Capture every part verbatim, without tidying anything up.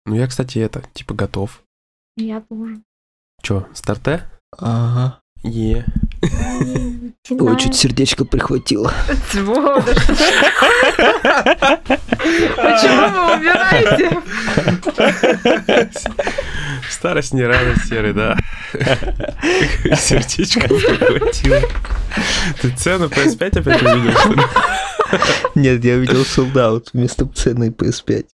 Ну, я, кстати, это, типа, готов. Я тоже. Чё, старте? Ага. Е. Ой, чуть сердечко прихватило. Чего? Почему вы убираете? Старость не радость, Серый, да. Сердечко прихватило. Ты цену пи эс пять опять увидел, что ли? Нет, я видел sold out вместо цены пи эс пять.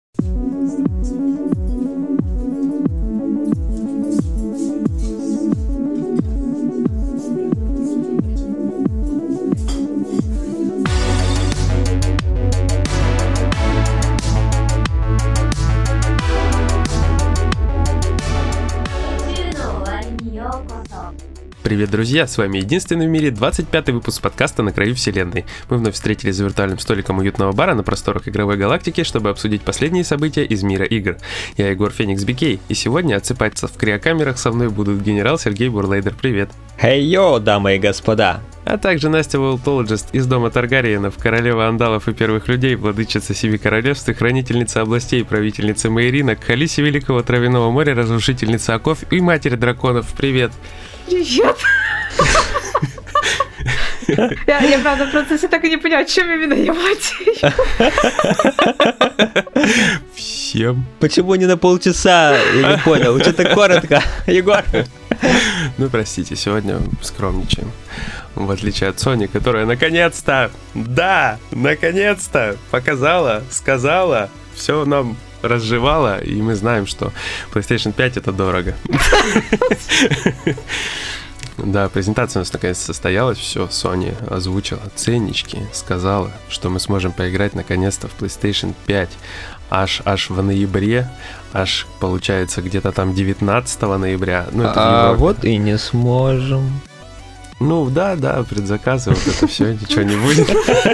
Привет, друзья! С вами единственный в мире двадцать пятый выпуск подкаста «На краю вселенной». Мы вновь встретились за виртуальным столиком уютного бара на просторах игровой галактики, чтобы обсудить последние события из мира игр. Я Егор Феникс би кей, и сегодня отсыпаться в криокамерах со мной будут генерал Сергей Бурлейдер. Привет! Хей-йо, дамы и господа! А также Настя Уолтологист из дома Таргариенов, королева андалов и первых людей, владычица семи королевств и хранительница областей, правительница Мейрина, Кхалиси Великого Травяного моря, разрушительница оков и матерь драконов. Привет! Привет! я, я, правда, в процессе так и не поняла, чем именно я владею. Всем. Почему не на полчаса? Я не понял. Что-то коротко. Егор. Ну, простите, сегодня скромничаем. В отличие от Sony, которая наконец-то, да, наконец-то показала, сказала, все нам разжевала, и мы знаем, что PlayStation пять это дорого. Да, презентация у нас наконец состоялась, все, Sony озвучила ценнички, сказала, что мы сможем поиграть наконец-то в PlayStation пять аж, аж в ноябре, аж получается где-то там девятнадцатого ноября. Ну, это а вот и не сможем. Ну да, да, предзаказы, вот это все, ничего не будет.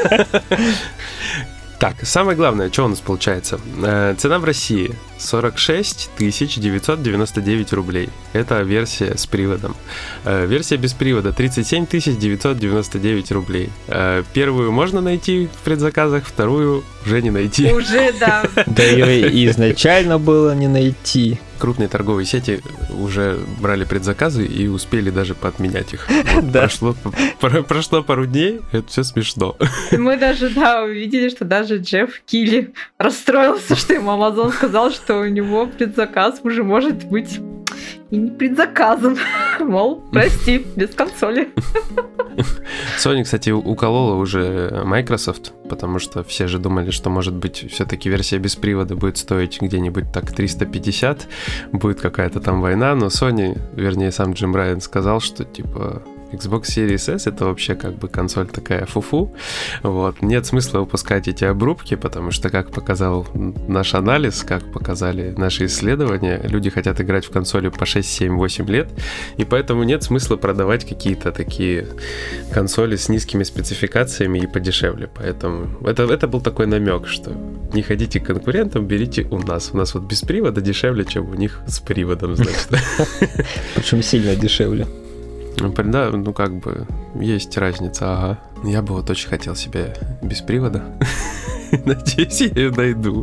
Так, самое главное, что у нас получается? Э, цена в России сорок шесть тысяч девятьсот девяносто девять рублей. Это версия с приводом. Э, версия без привода тридцать семь тысяч девятьсот девяносто девять рублей. Э, первую можно найти в предзаказах, вторую уже не найти. Уже, да. Да ее и изначально было не найти. Крупные торговые сети уже брали предзаказы и успели даже поотменять их. Вот, да. прошло, про, прошло пару дней, это все смешно. Мы даже, да, увидели, что даже Джефф Килли расстроился, что ему Amazon сказал, что у него предзаказ уже может быть и не предзаказан. Мол, прости, без консоли. Sony, кстати, уколола уже Microsoft, потому что все же думали, что, может быть, все-таки версия без привода будет стоить где-нибудь так триста пятьдесят, будет какая-то там война, но Sony, вернее, сам Джим Райан сказал, что, типа, Xbox Series S это вообще как бы консоль такая фу-фу, вот, нет смысла выпускать эти обрубки, потому что, как показал наш анализ, как показали наши исследования, люди хотят играть в консоли по шесть, семь, восемь лет, и поэтому нет смысла продавать какие-то такие консоли с низкими спецификациями и подешевле, поэтому это, это был такой намек, что не ходите к конкурентам, берите у нас, у нас вот без привода дешевле, чем у них с приводом, значит. Причем сильно дешевле. Да, ну как бы есть разница, ага. Я бы вот очень хотел себе без привода. Надеюсь, я ее найду.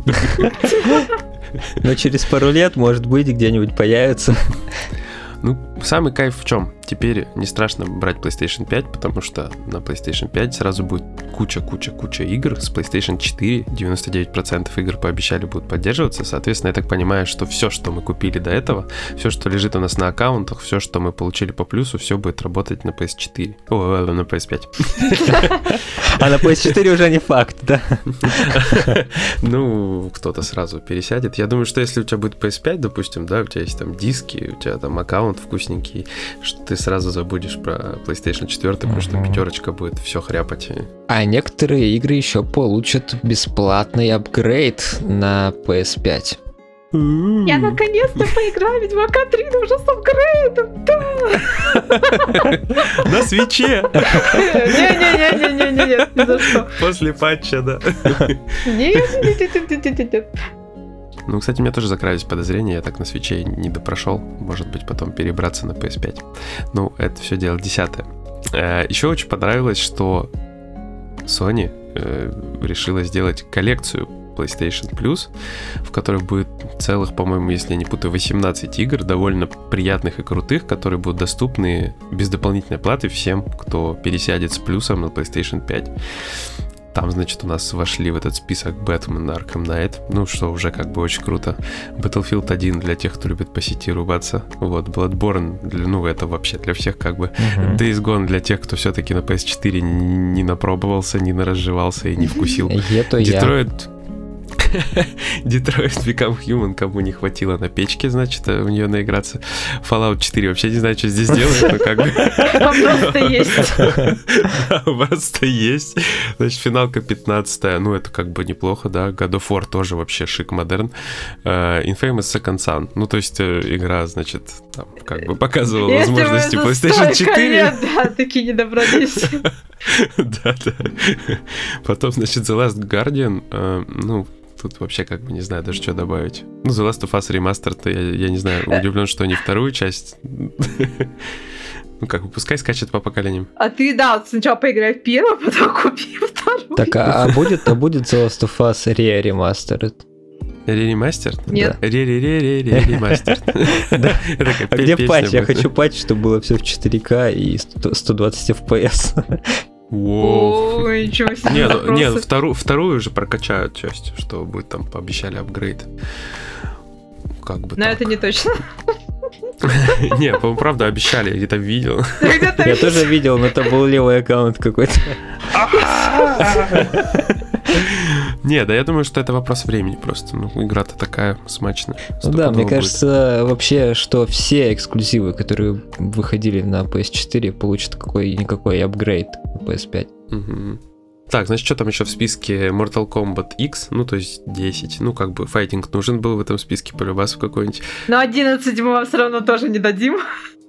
Но через пару лет, может быть, где-нибудь появится. Ну, самый кайф в чем? Теперь не страшно брать PlayStation пять, потому что на PlayStation пять сразу будет куча-куча-куча игр. С PlayStation четыре девяносто девять процентов игр пообещали будут поддерживаться. Соответственно, я так понимаю, что все, что мы купили до этого, все, что лежит у нас на аккаунтах, все, что мы получили по плюсу, все будет работать на пи эс четыре. О, на пи эс пять. А на пи эс четыре уже не факт, да? Ну, кто-то сразу пересядет. Я думаю, что если у тебя будет пи эс пять, допустим, да, у тебя есть там диски, у тебя там аккаунт вкусненький, что ты сразу забудешь про PlayStation четыре, потому что пятерочка будет все хряпать. А некоторые игры еще получат бесплатный апгрейд на пи эс пять. Я наконец-то поиграю в Ведьмака три, но уже с апгрейдом, да! На свитче! Не-не-не-не-не-не, ни за что. После патча, да. Нет-нет-нет-нет-нет-нет. Ну, кстати, у меня тоже закрались подозрения, я так на свитче не допрошел, может быть, потом перебраться на пи эс пять. Ну, это все дело десятое. Еще очень понравилось, что Sony решила сделать коллекцию PlayStation Plus, в которой будет целых, по-моему, если я не путаю, восемнадцать игр, довольно приятных и крутых, которые будут доступны без дополнительной платы всем, кто пересядет с плюсом на PlayStation пять. Там, значит, у нас вошли в этот список Batman Arkham Knight, ну, что уже как бы очень круто. Battlefield один для тех, кто любит по сети рубаться. Вот, Bloodborne, для, ну, это вообще для всех как бы. Uh-huh. Days Gone для тех, кто все-таки на пи эс четыре не напробовался, не наразжевался и не вкусил. Это я. Detroit... Detroit Become Human, кому не хватило на печке, значит, в нее наиграться. Fallout четыре вообще не знаю, что здесь делать, но как бы... Просто есть. Просто есть. Значит, финалка пятнадцатая, ну, это как бы неплохо, да. God of War тоже вообще шик модерн. Infamous Second Son, ну, то есть игра, значит, там, как бы показывала возможности PlayStation четыре. Да, такие не добрались. Да, да. Потом, значит, The Last Guardian, ну, тут вообще как бы не знаю даже, что добавить. Ну, The Last of Us Remastered, я, я не знаю, удивлен, что не вторую часть. Ну, как бы, пускай скачет по поколениям. А ты, да, сначала поиграй в первую, потом купи вторую. Так, а, а будет, а будет The Last of Us Re-Remastered? Re-Remastered? Нет. Re-re-re-re-remastered. А где патч? Я хочу патч, чтобы было все в четыре ка и сто двадцать эф пи эс. Воу. Ой, ничего себе. Не, ну, не, вторую, вторую уже прокачают часть, что будет там, пообещали апгрейд. Как бы Но так. это не точно. Не, по-моему, правда обещали, я где-то видел. Я тоже видел, но это был левый аккаунт какой-то. Не, да я думаю, что это вопрос времени просто. Ну, игра-то такая смачная. Ну да, мне кажется, вообще, что все эксклюзивы, которые выходили на пи эс четыре, получат какой-никакой апгрейд на пи эс пять. Угу. Так, значит, что там еще в списке? Mortal Kombat X, ну, то есть десять. Ну, как бы, файтинг нужен был в этом списке, полюбасу какой-нибудь. Но одиннадцать мы вам все равно тоже не дадим.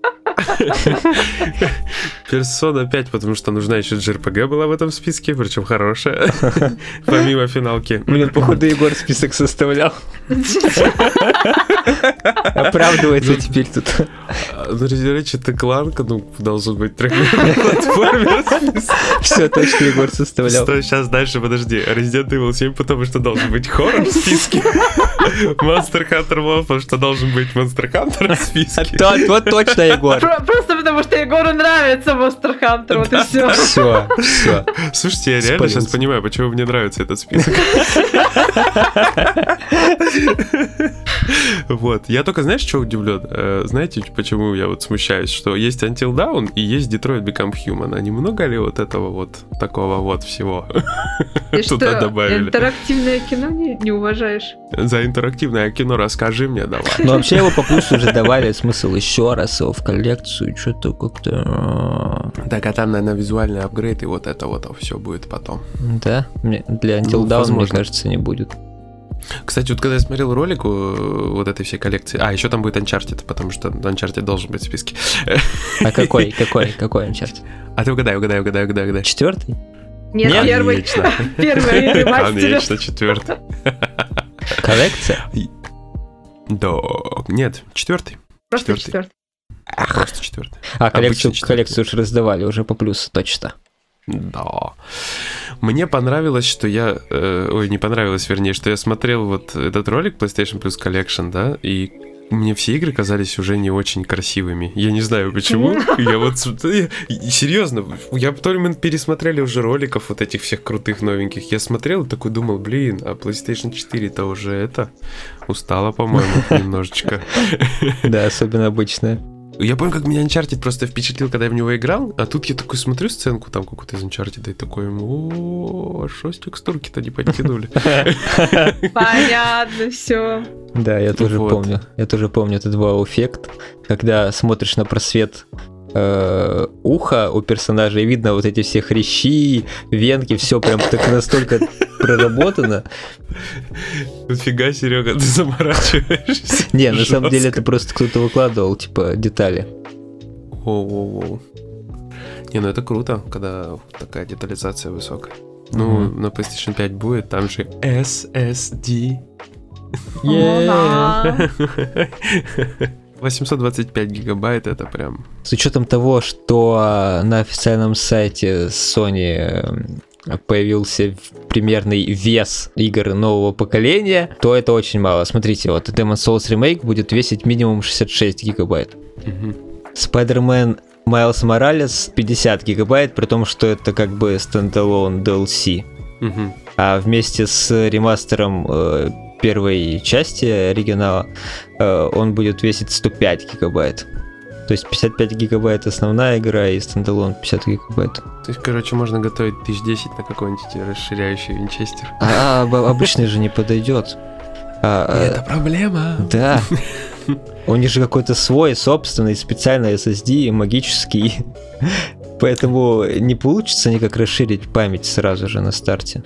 Персона пять, потому что нужна еще джей ар пи джи была в этом списке, причем хорошая, помимо финалки. Блин, походу Егор список составлял. Оправдывается теперь тут. Ну, Ratchet and Clank, ну, должен быть трехмерный платформер. Все, точно Егор составлял. Стой, сейчас дальше, подожди. Resident Evil семь, потому что должен быть хоррор в списке. Monster Hunter World, потому что должен быть Monster Hunter в списке. Вот точно, Егор. Просто потому что Егору нравится Monster Hunter, вот и все. Все, все. Слушайте, я реально сейчас понимаю, почему мне нравится этот список. Вот. Я только, знаешь, что удивлен? Знаете, почему я вот смущаюсь? Что есть Until Dawn и есть Detroit Become Human. А немного ли вот этого вот такого вот всего туда добавили? Интерактивное кино не, не уважаешь? За интерактивное кино расскажи мне, давай. Ну, вообще его по плюсу уже давали, смысл еще раз его в коллекцию, что-то как-то... Так, а там, наверное, визуальный апгрейд, и вот это вот все будет потом. Да? Для Until Ну, Dawn, возможно. мне кажется, не будет. Кстати, вот когда я смотрел ролик вот этой всей коллекции... А, еще там будет Uncharted, потому что Uncharted должен быть в списке. А какой, какой, какой Uncharted? А ты угадай, угадай, угадай, угадай, угадай. Четвертый? Нет, Нет? первый. Конечно. Первый ремастер. Конечно, четвертый. Коллекция? Да, нет, четвертый. Просто Четвертый. четвертый. Просто четвертый. А, коллекцию, Обычно коллекцию уж раздавали, уже по плюсу, точно. Да. Мне понравилось, что я... Э, ой, не понравилось, вернее, что я смотрел вот этот ролик PlayStation Plus Collection, да, и мне все игры казались уже не очень красивыми. Я не знаю почему. Я вот... Я, серьезно, я то ли мы пересмотрели уже роликов вот этих всех крутых новеньких. Я смотрел и такой думал, блин, а PlayStation четыре-то уже это... Устала, по-моему, немножечко. Да, особенно обычная. Я помню, как меня Uncharted просто впечатлил, когда я в него играл, а тут я такой смотрю сценку там какую-то из Uncharted и такой, о, а шо с текстурки-то не подтянули? Понятно, все. Да, я тоже Вот. помню. Я тоже помню этот вау-эффект, когда смотришь на просвет э, уха у персонажа, и видно вот эти все хрящи, венки, все прям так настолько проработано. Фига, Серега, ты заморачиваешься. Не, на самом деле Жестко. это просто кто-то выкладывал, типа, детали. Воу-воу-воу. Не, ну это круто, когда такая детализация высокая. Ну, Мгм. на PlayStation пять будет, там же эс эс ди. О, да. восемьсот двадцать пять гигабайт, это прям... С учетом того, что на официальном сайте Sony появился примерный вес игр нового поколения, то это очень мало. Смотрите, вот Demon's Souls Remake будет весить минимум шестьдесят шесть гигабайт. Mm-hmm. Spider-Man Miles Morales пятьдесят гигабайт, при том, что это как бы стендалон ди эл си. Mm-hmm. А вместе с ремастером э, первой части оригинала э, он будет весить сто пять гигабайт. То есть пятьдесят пять гигабайт основная игра и стендалон пятьдесят гигабайт. То есть, короче, можно готовить тысяч десять на какой-нибудь расширяющий винчестер. А, а обычный же не подойдет. А, это проблема. Да. У них же какой-то свой собственный специальный эс эс ди магический. Поэтому не получится никак расширить память сразу же на старте.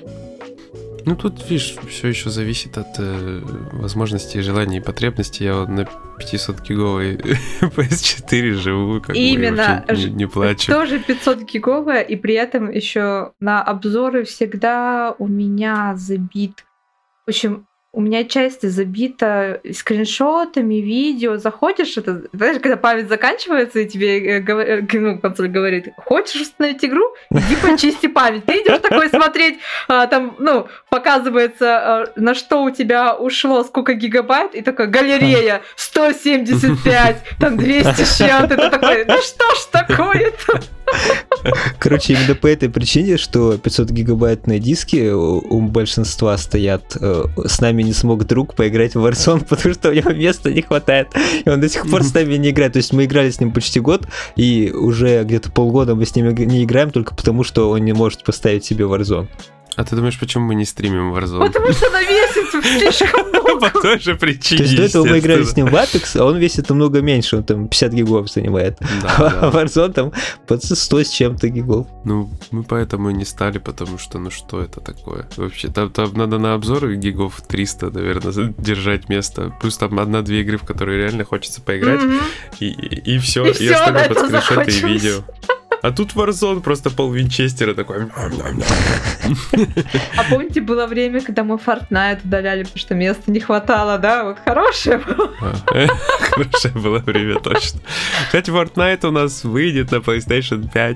Ну тут, видишь, все еще зависит от э, возможностей, желаний и потребностей. Я вот на пятисот-гиговой пи эс четыре живу, как Именно, бы, не, не плачу. Тоже пятьсот гиговая, и при этом еще на обзоры всегда у меня забит. В общем, у меня часть забита скриншотами, видео. Заходишь, это, знаешь, когда память заканчивается, и тебе э, ну, консоль говорит: хочешь установить игру? Иди почисти память. Ты идешь такой смотреть, а, там, ну, показывается, а, на что у тебя ушло, сколько гигабайт, и такая галерея сто семьдесят пять, там двести с чем-то. Ты такой: ну что ж такое-то? Короче, именно по этой причине, что пятьсот гигабайтные диски у, у большинства стоят, э, с нами не смог друг поиграть в Warzone, потому что у него места не хватает, и он до сих пор с нами не играет. То есть мы играли с ним почти год, и уже где-то полгода мы с ним не играем только потому, что он не может поставить себе Warzone. А ты думаешь, почему мы не стримим Warzone? Потому что она весит слишком много. По той же причине, то есть до этого мы играли с ним в Apex, а он весит намного меньше, он там пятьдесят гигов занимает. Да, а да. Warzone там под сто с чем-то гигов. Ну, мы поэтому и не стали, потому что, ну что это такое? Вообще, там, там надо на обзоры гигов триста, наверное, держать место. Плюс там одна-две игры, в которые реально хочется поиграть. Mm-hmm. И, и, и все, и, и остальное под скриншоты и видео. А тут Warzone просто пол винчестера такой. А помните, было время, когда мы Fortnite удаляли, потому что места не хватало, да? Вот хорошее было. Хорошее было время, точно. Кстати, Fortnite у нас выйдет на PlayStation пять.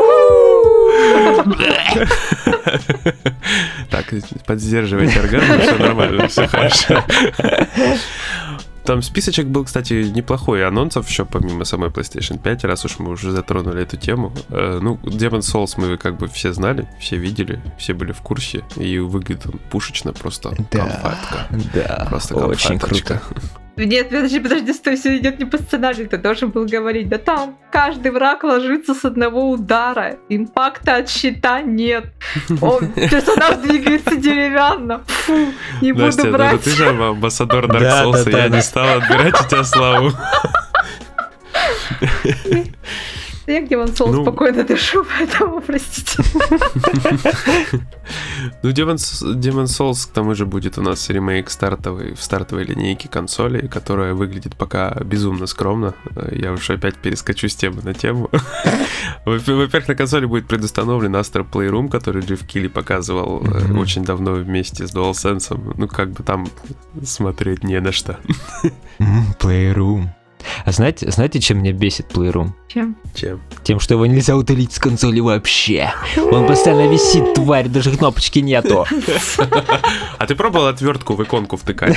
Так, поддерживайте оргазм, все нормально, все хорошо. Там списочек был, кстати, неплохой анонсов еще помимо самой PlayStation пять, раз уж мы уже затронули эту тему. Ну, Demon's Souls мы как бы все знали, все видели, все были в курсе, и выглядит он пушечно, просто да, комфатка. Да, просто очень круто. Нет, подожди, подожди, стой, все идет не по сценарию, ты должен был говорить, да там каждый враг ложится с одного удара, импакта от щита нет, он, персонаж двигается деревянно, фу, не Настя, буду брать. Настя, ты же амбассадор Dark Souls, да, да, я да, не да. стала отбирать у тебя славу. Я где Demon's Souls ну, спокойно дышу, поэтому простите. Ну, Demon's, Demon's Souls, к тому же, будет у нас ремейк стартовый, в стартовой линейке консолей, которая выглядит пока безумно скромно. Я уж опять перескочу с темы на тему. Во-первых, на консоли будет предустановлен Astro Playroom, который Джефф Килли показывал mm-hmm. очень давно вместе с DualSense. Ну, как бы там смотреть не на что. Mm, Playroom. А знаете, знаете, чем меня бесит Playroom? Чем? Чем? Тем, что его нельзя удалить с консоли вообще. Он постоянно висит, тварь, даже кнопочки нету. А ты пробовал отвертку в иконку втыкать?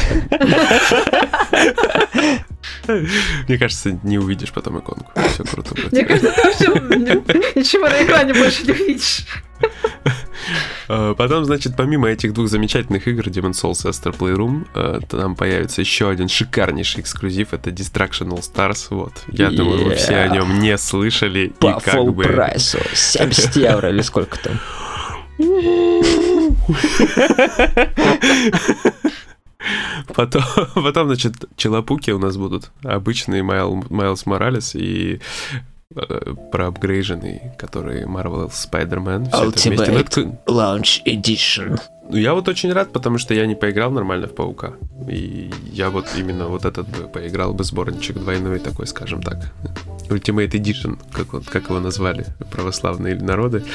Мне кажется, не увидишь потом иконку. Все круто будет. Мне кажется, ты ничего на экране больше не увидишь. Потом, значит, помимо этих двух замечательных игр, Demon's Souls и Astro Playroom, там появится еще один шикарнейший эксклюзив, это Destruction All Stars. Вот. Я yeah. думаю, вы все о нем не слышали. По и как full бы... прайсу. семьдесят евро или сколько там. Потом, потом, значит, челопуки у нас будут. Обычный Майлз Моралес и проапгрейженный, который Marvel Spider-Man. Ultimate Launch Edition. Я вот очень рад, потому что я не поиграл нормально в Паука. И я вот именно вот этот бы поиграл бы сборничек двойной такой, скажем так. Ultimate Edition, как, вот, как его назвали православные народы.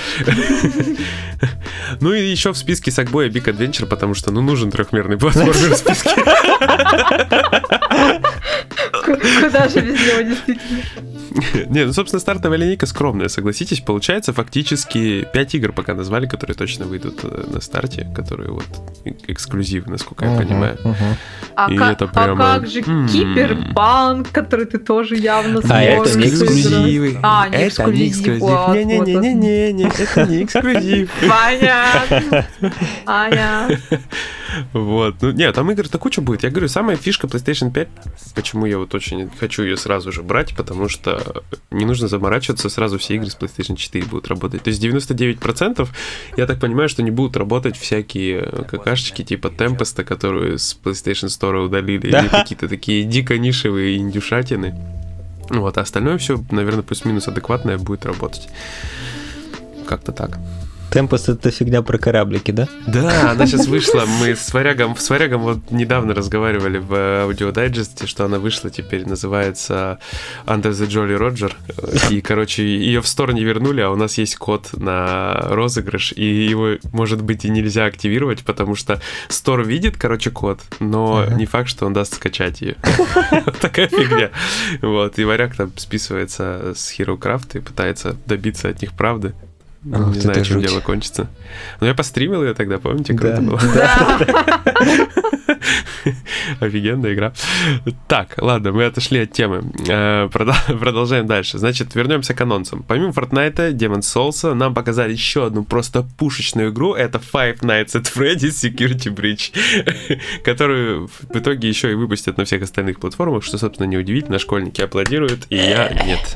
Ну и еще в списке Sackboy Big Adventure, потому что ну нужен трехмерный платформер в списке. Куда же без него, действительно. Не, ну, собственно, стартовая линейка скромная, согласитесь. Получается, фактически пять игр пока назвали, которые точно выйдут на старте, которые вот эксклюзивы, насколько я понимаю. А, И как, это прямо... а как же Киберпанк, который ты тоже явно А это не эксклюзивы. А, не это эксклюзив. не эксклюзив. Вот, Не-не-не-не-не, это не эксклюзив. Понятно. Понятно. Вот. Ну, нет, там игр-то куча будет. Я говорю, самая фишка PlayStation пять, почему я вот очень хочу ее сразу же брать, потому что не нужно заморачиваться, сразу все игры с PlayStation четыре будут работать. То есть девяносто девять процентов, я так понимаю, что не будут работать всякие какашечки типа Tempest, которые с PlayStation Store удалили, да. Или какие-то такие дико нишевые индюшатины. Вот, а остальное все, наверное, плюс-минус адекватное будет работать. Как-то так. Темпос — это фигня про кораблики, да? Да, она сейчас вышла. Мы с Варягом, с Варягом вот недавно разговаривали в аудиодайджесте, что она вышла теперь, называется Under the Jolly Roger. И, короче, ее в стор не вернули, а у нас есть код на розыгрыш, и его, может быть, и нельзя активировать, потому что стор видит, короче, код, но uh-huh. не факт, что он даст скачать ее. Такая фигня. Вот, и Варяг там списывается с Hero Craft и пытается добиться от них правды. Ох, не знаю, чем дело кончится. Но я постримил ее тогда, помните, круто да. было? Да. Офигенная игра. Так, ладно, мы отошли от темы. Продолжаем дальше. Значит, вернемся к анонсам. Помимо Fortnite, Demon's Souls, нам показали еще одну просто пушечную игру. Это Five Nights at Freddy's Security Breach, которую в итоге еще и выпустят на всех остальных платформах, что, собственно, неудивительно. Школьники аплодируют, и я нет.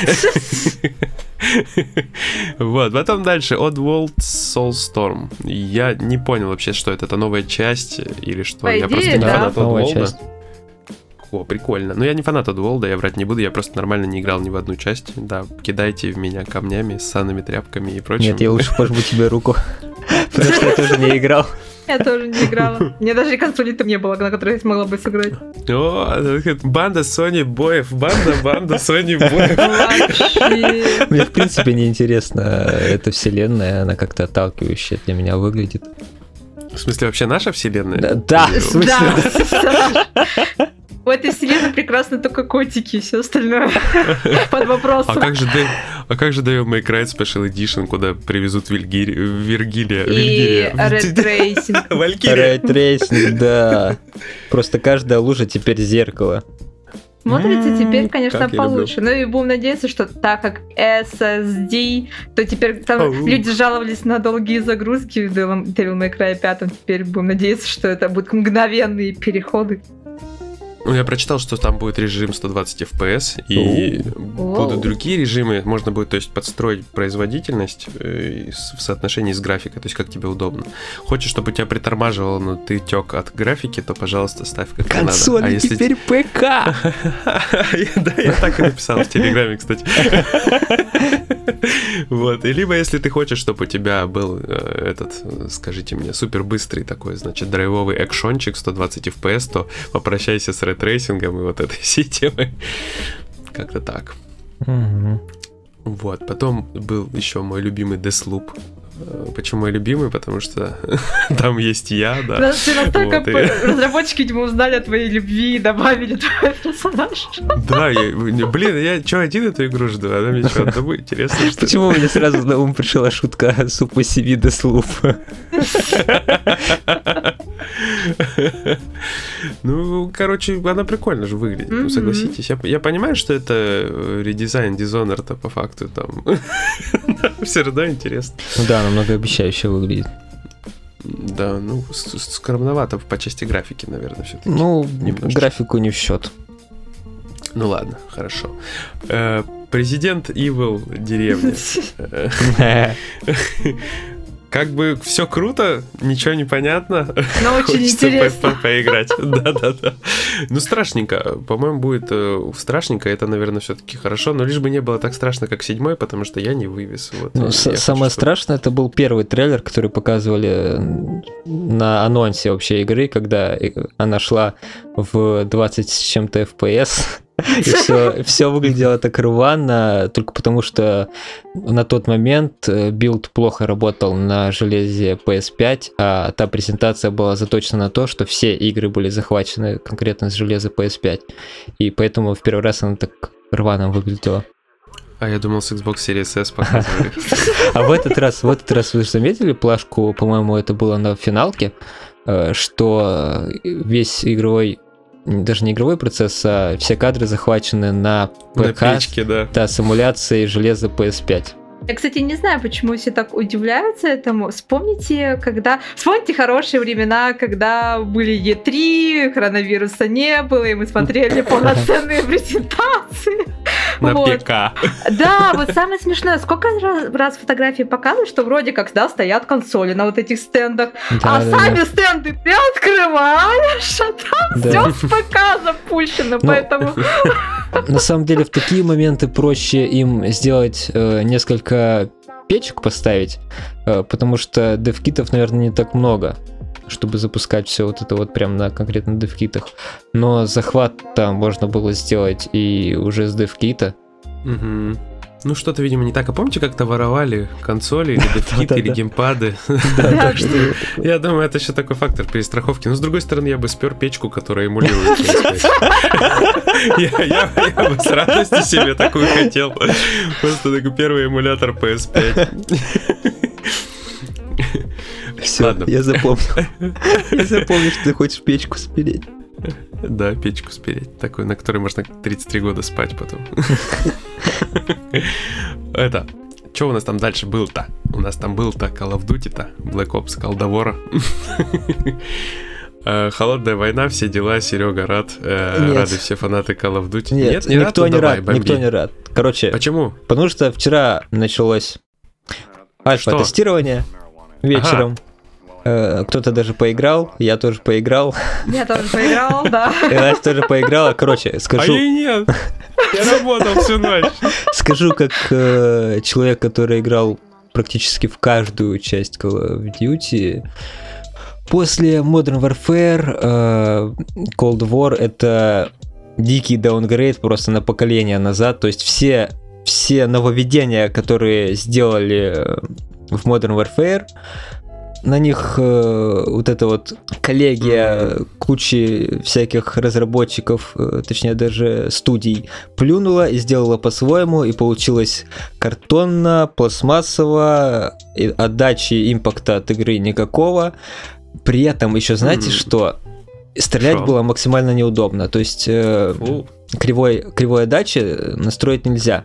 Вот, потом дальше Oddworld Soulstorm. Я не понял вообще, что это, это новая часть или что. По Я идее, просто не да. фанат Oddworld. Часть. О, прикольно. Но я не фанат Oddworld, я врать не буду, я просто нормально не играл ни в одну часть. Да, кидайте в меня камнями, ссаными тряпками и прочим. Нет, я лучше пожму тебе руку, потому что я тоже не играл. Я тоже не играла. У меня даже консоли-то не было, на которой я смогла бы сыграть. О, банда Sony боев, банда, банда Sony боев. Вообще. Мне, в принципе, не интересно эта вселенная, она как-то отталкивающая для меня выглядит. В смысле, вообще наша вселенная? Да, да, в смысле, Да. В этой вселенной прекрасно только котики и все остальное под вопросом. А как же Devil, а как же Devil May Cry Special Edition, куда привезут Вильгири, Вергилия, И Red Racing. Валькирия. Рейтрейсинг, да. Просто каждая лужа теперь зеркало. Смотрится теперь, конечно, как я получше. Ну и будем надеяться, что так как эс эс ди, то теперь там Ау. люди жаловались на долгие загрузки в Devil May Cry пять. Теперь будем надеяться, что это будут мгновенные переходы. Ну, я прочитал, что там будет режим сто двадцать эф пи эс, и Оу. будут другие режимы. Можно будет, то есть, подстроить производительность э, в соотношении с графикой, то есть, как тебе удобно. Хочешь, чтобы тебя притормаживало, но ты тек от графики, то, пожалуйста, ставь как надо. Консоли А если... теперь ПК! Да, я так и написал в Телеграме, кстати. Вот, и либо если ты хочешь, чтобы у тебя был э, этот, скажите мне, супер быстрый такой, значит, драйвовый экшончик сто двадцать эф пи эс, то попрощайся с рейтрейсингом и вот этой всей темой. Как-то так. Мгм. Вот, потом был еще мой любимый Deathloop. Э, Почему мой любимый? Потому что там есть я, да. Да, ты настолько Вот, и- по- разработчики, видимо, узнали о твоей любви и добавили твой персонаж. Да, я, блин, я что, один эту игру жду? Она мне что, одному интересно, что ли? Почему мне сразу на ум пришла шутка Super си ви Deathloop? Ну, короче, она прикольно же выглядит, ну, Мгм. согласитесь. Я, я понимаю, что это э, редизайн Dishonored-то по факту там. Все равно интересно. Ну да, она многообещающе выглядит. Да, ну, с- с- скромновато по части графики, наверное, все-таки. Ну, Немножечко. графику не в счет. Ну ладно, хорошо. Э, Президент Evil деревни. Э, Как бы все круто, ничего не понятно. Но очень Хочется интересно. по- по- поиграть. Да-да-да. Ну, страшненько. По-моему, будет э, страшненько. Это, наверное, все-таки хорошо. Но лишь бы не было так страшно, как седьмой, потому что я не вывез. Вот. Ну, Я с- хочу, самое чтобы- страшное, это был первый трейлер, который показывали на анонсе вообще игры, когда и- она шла в двадцать с чем-то эф пи эс. И все, все выглядело так рвано, только потому что на тот момент э, билд плохо работал на железе пи эс пять, а та презентация была заточена на то, что все игры были захвачены конкретно с железа пи эс пять. И поэтому в первый раз она так рваным выглядело. А я думал, с Xbox Series S показывали. А в этот раз, в этот раз вы же заметили плашку, по-моему, это было на финалке, что весь игровой, даже не игровой процесс, а все кадры захвачены на ПК, на печке, да. Да, с эмуляцией железа пи эс пять. Я, кстати, не знаю, почему все так удивляются этому. Вспомните, когда... Вспомните хорошие времена, когда были и три, коронавируса не было, и мы смотрели полноценные презентации. На вот. ПК. Да, вот самое смешное, сколько раз, раз фотографии показывают, что вроде как, да, стоят консоли на вот этих стендах, да, а да, сами да. стенды приоткрываешь, а там да. все с ПК запущено, ну, поэтому... На самом деле, в такие моменты проще им сделать э, несколько печек поставить, э, потому что девкитов, наверное, не так много, чтобы запускать все вот это вот прям на конкретно девкитах. Но захват там можно было сделать и уже с девкита. Угу. Ну, что-то, видимо, не так. А помните, как-то воровали консоли или девкиты, или геймпады? Я думаю, это еще такой фактор перестраховки. Но, с другой стороны, я бы спер печку, которая эмулирует пи эс пять. Я бы с радостью себе такую хотел. Просто такой первый эмулятор пи эс пять. Все, я запомнил. Я запомнил, что ты хочешь печку спереть. Да, печку спереть. Такой, на которой можно тридцать три года спать потом. Это, что у нас там дальше был-то? У нас там был-то Call of Duty-то, Black Ops, Cold War. Холодная война, все дела, Серега рад. Рады все фанаты Call of Duty. Нет, Нет не никто рад, не рад, бомби. Никто не рад. Короче, почему? Потому что вчера началось альфа-тестирование вечером. Ага. Кто-то даже поиграл, я тоже поиграл. Я тоже поиграл, да. Настя тоже поиграла. Короче, скажу... А я нет, я работал всю ночь. Скажу, как э, человек, который играл практически в каждую часть Call of Duty, после Modern Warfare э, Cold War это дикий даунгрейд просто на поколение назад. То есть все, все нововведения, которые сделали в Modern Warfare, на них э, вот эта вот коллегия кучи всяких разработчиков, э, точнее даже студий, плюнула и сделала по-своему, и получилось картонно, пластмассово, и отдачи импакта от игры никакого. При этом еще знаете, mm-hmm. что стрелять Шо? было максимально неудобно, то есть э, кривой, кривой отдачи настроить нельзя.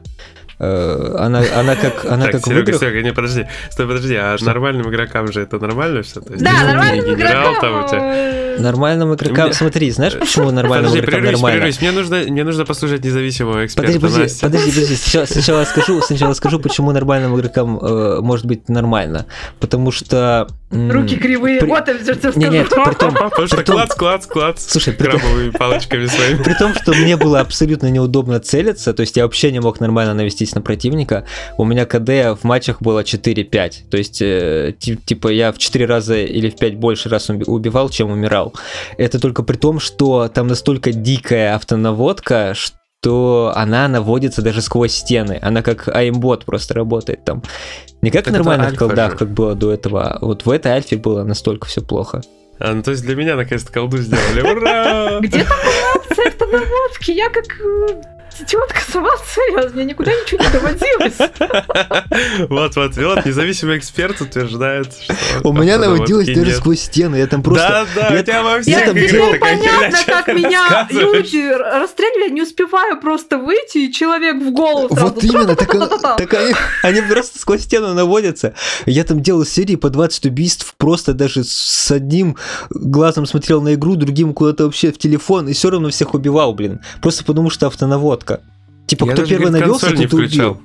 Она, она как, она так, как Серега, в играх... Серега, не, подожди, стой, подожди, а что? Нормальным игрокам же это нормально все? То есть, да, нормальным игрокам... Там у тебя... Нормальным игрокам, Мне... смотри, знаешь, почему нормальным подожди, игрокам прервись, нормально? Прервись, мне нужно, мне нужно послушать независимого эксперта. Подожди, подожди, Настя. подожди, подожди. Сначала, сначала, скажу, сначала скажу, почему нормальным игрокам э, может быть нормально. Потому что... М- Руки кривые, при... вот я все скажу. Нет, нет, при том... Потому что клац, клац, клац, слушай, при крабовыми том... палочками своими. При том, что мне было абсолютно неудобно целиться, то есть я вообще не мог нормально навестись на противника. У меня КД в матчах было четыре пять. То есть, э, типа, я в четыре раза или в пять больше раз убивал, чем умирал. Это только при том, что там настолько дикая автонаводка, что она наводится даже сквозь стены. Она как аймбот просто работает там. Не как в нормальных колдах, как было до этого. Вот в этой альфе было настолько все плохо. А, ну то есть для меня наконец-то колду сделали. Ура! Где там опция автонаводки? Я как... Идиотка сама целилась, мне никуда ничего не доводилось. Вот, вот, вот, независимый эксперт утверждает, что... У меня наводилось даже сквозь стены, я там просто... Да, да, у тебя во всех играх такая херня. Понятно, как меня люди расстреливали, не успеваю просто выйти, и человек в голову сразу... Вот именно, так они просто сквозь стену наводятся. Я там делал серии по двадцать убийств, просто даже с одним глазом смотрел на игру, другим куда-то вообще в телефон, и все равно всех убивал, блин. Просто потому что автонаводка. Типа, я кто первый навелся, тот и убил.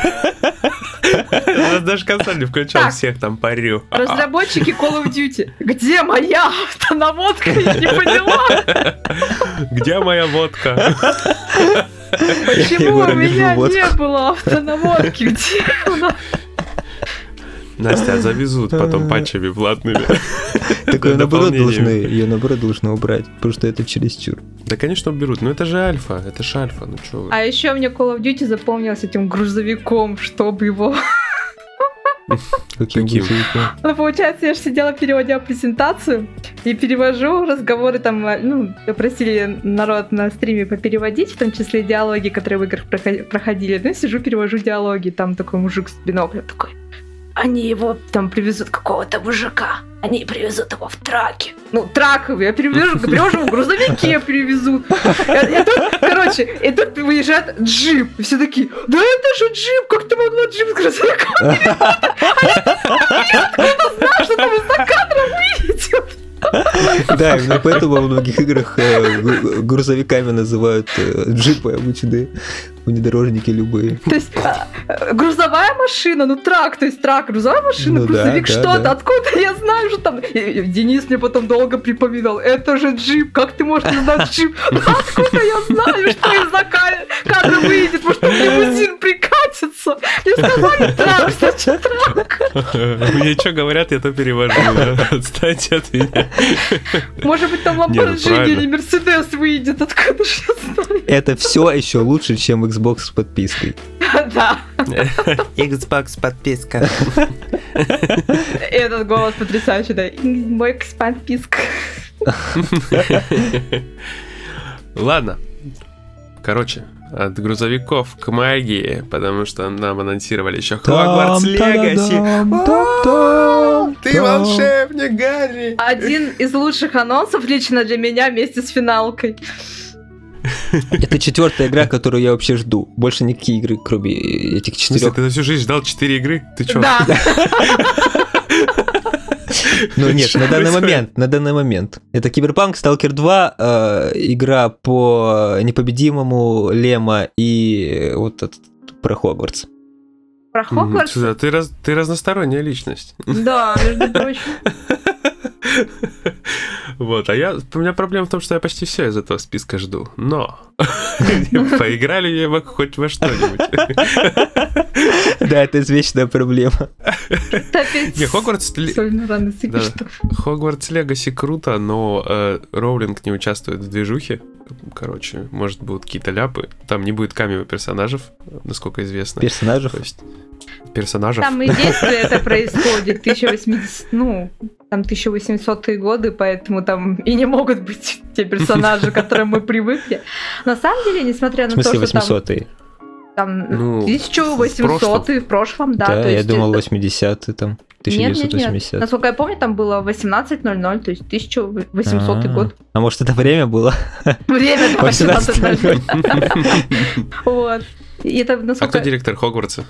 Я даже консоль не включал, всех там парю. Разработчики Call of Duty, где моя автонаводка? Я не поняла. Где моя водка? Почему у меня не было автонаводки? Где она? Настя, завезут потом патчами платными. Так ее наоборот должны, ее наоборот должны убрать, потому что это чересчур. Да, конечно, уберут, но это же альфа, это же альфа, ну чё вы. А еще мне Call of Duty запомнилось этим грузовиком, чтобы его... Каким Каким? грузовиком? Ну, получается, я же сидела, переводя презентацию, и перевожу разговоры там, ну, просили народ на стриме попереводить, в том числе диалоги, которые в играх проход- проходили. Ну, сижу, перевожу диалоги, там такой мужик с биноклем такой. Они его там привезут, какого-то мужика. Они привезут его в траке. Ну, траковый, я перевожу, перевожу в грузовике привезут. И, и тут, короче, и тут выезжает джип. И все такие, да это же джип, как ты могла джип с грузовиком перевозить? А я откуда знаю, что там из-за кадра выйдет? Да, именно поэтому во многих играх э, гру- грузовиками называют э, джипы обычные, внедорожники любые. То есть а, а, грузовая машина, ну трак, то есть трак, грузовая машина, Ну да, грузовик, да, что-то, да. откуда я знаю, что там. И- и Денис мне потом долго припоминал, это же джип, как ты можешь не знать джип? Ну откуда я знаю, что из-за ка- кадра выйдет, может там лимузин прикатится? Мне сказали трак, значит трак. Мне что говорят, я то перевожу. да. Отстаньте от меня. Может быть там Не, ну Ламборджини правильно. или Мерседес выйдет, откуда же я знаю? Это все еще лучше, чем Xbox с подпиской. Да, Xbox подписка. этот голос потрясающий, да. Мой подписка. Ладно. Короче, от грузовиков к магии, потому что нам анонсировали еще Хогвартс Легаси. Ты волшебник, Гарри! Один из лучших анонсов лично для меня вместе с финалкой. Это четвертая игра, которую я вообще жду. Больше никакие игры, кроме этих В смысле, четырех. ты на всю жизнь ждал четыре игры? Ты чё? Да. Ну нет, Что на данный происходит? момент, на данный момент. Это Киберпанк, Сталкер два, э, игра по непобедимому Лема и вот этот про Хогвартс. Про Мгм. Хогвартс? Сюда, Ты, раз, ты разносторонняя личность. Да, между прочим. Вот, а я, у меня проблема в том, что я почти все из этого списка жду. Но поиграли ли вы хоть во что-нибудь? Да, это извечная проблема. Это опять Не, Хогвартс Ле- сольно рано сыпешь, Да. что- Хогвартс Легаси круто, но э, Роулинг не участвует в движухе. Короче, может, будут какие-то ляпы. Там не будет камео персонажев, насколько известно. Персонажев. То есть персонажев. Там и действие это происходит тысяча восьмидесятые, ну, там тысяча восьмисотые годы, поэтому там и не могут быть те персонажи, к которым мы привыкли. На самом деле, несмотря В на то, смысле что там, восьмисотые? там Ну, тысяча в восьмисотые в прошлом, да. Да, то я есть думал это- восьмидесятые там. Нет, нет, тысяча девятьсот нет. восьмидесятые. Насколько я помню, там было восемнадцать ноль ноль, то есть тысяча восьмисотый А, год. А может, это время было? Время да, восемнадцать восемнадцать ноль ноль. Вот. И это А кто насколько... директор Хогвартса?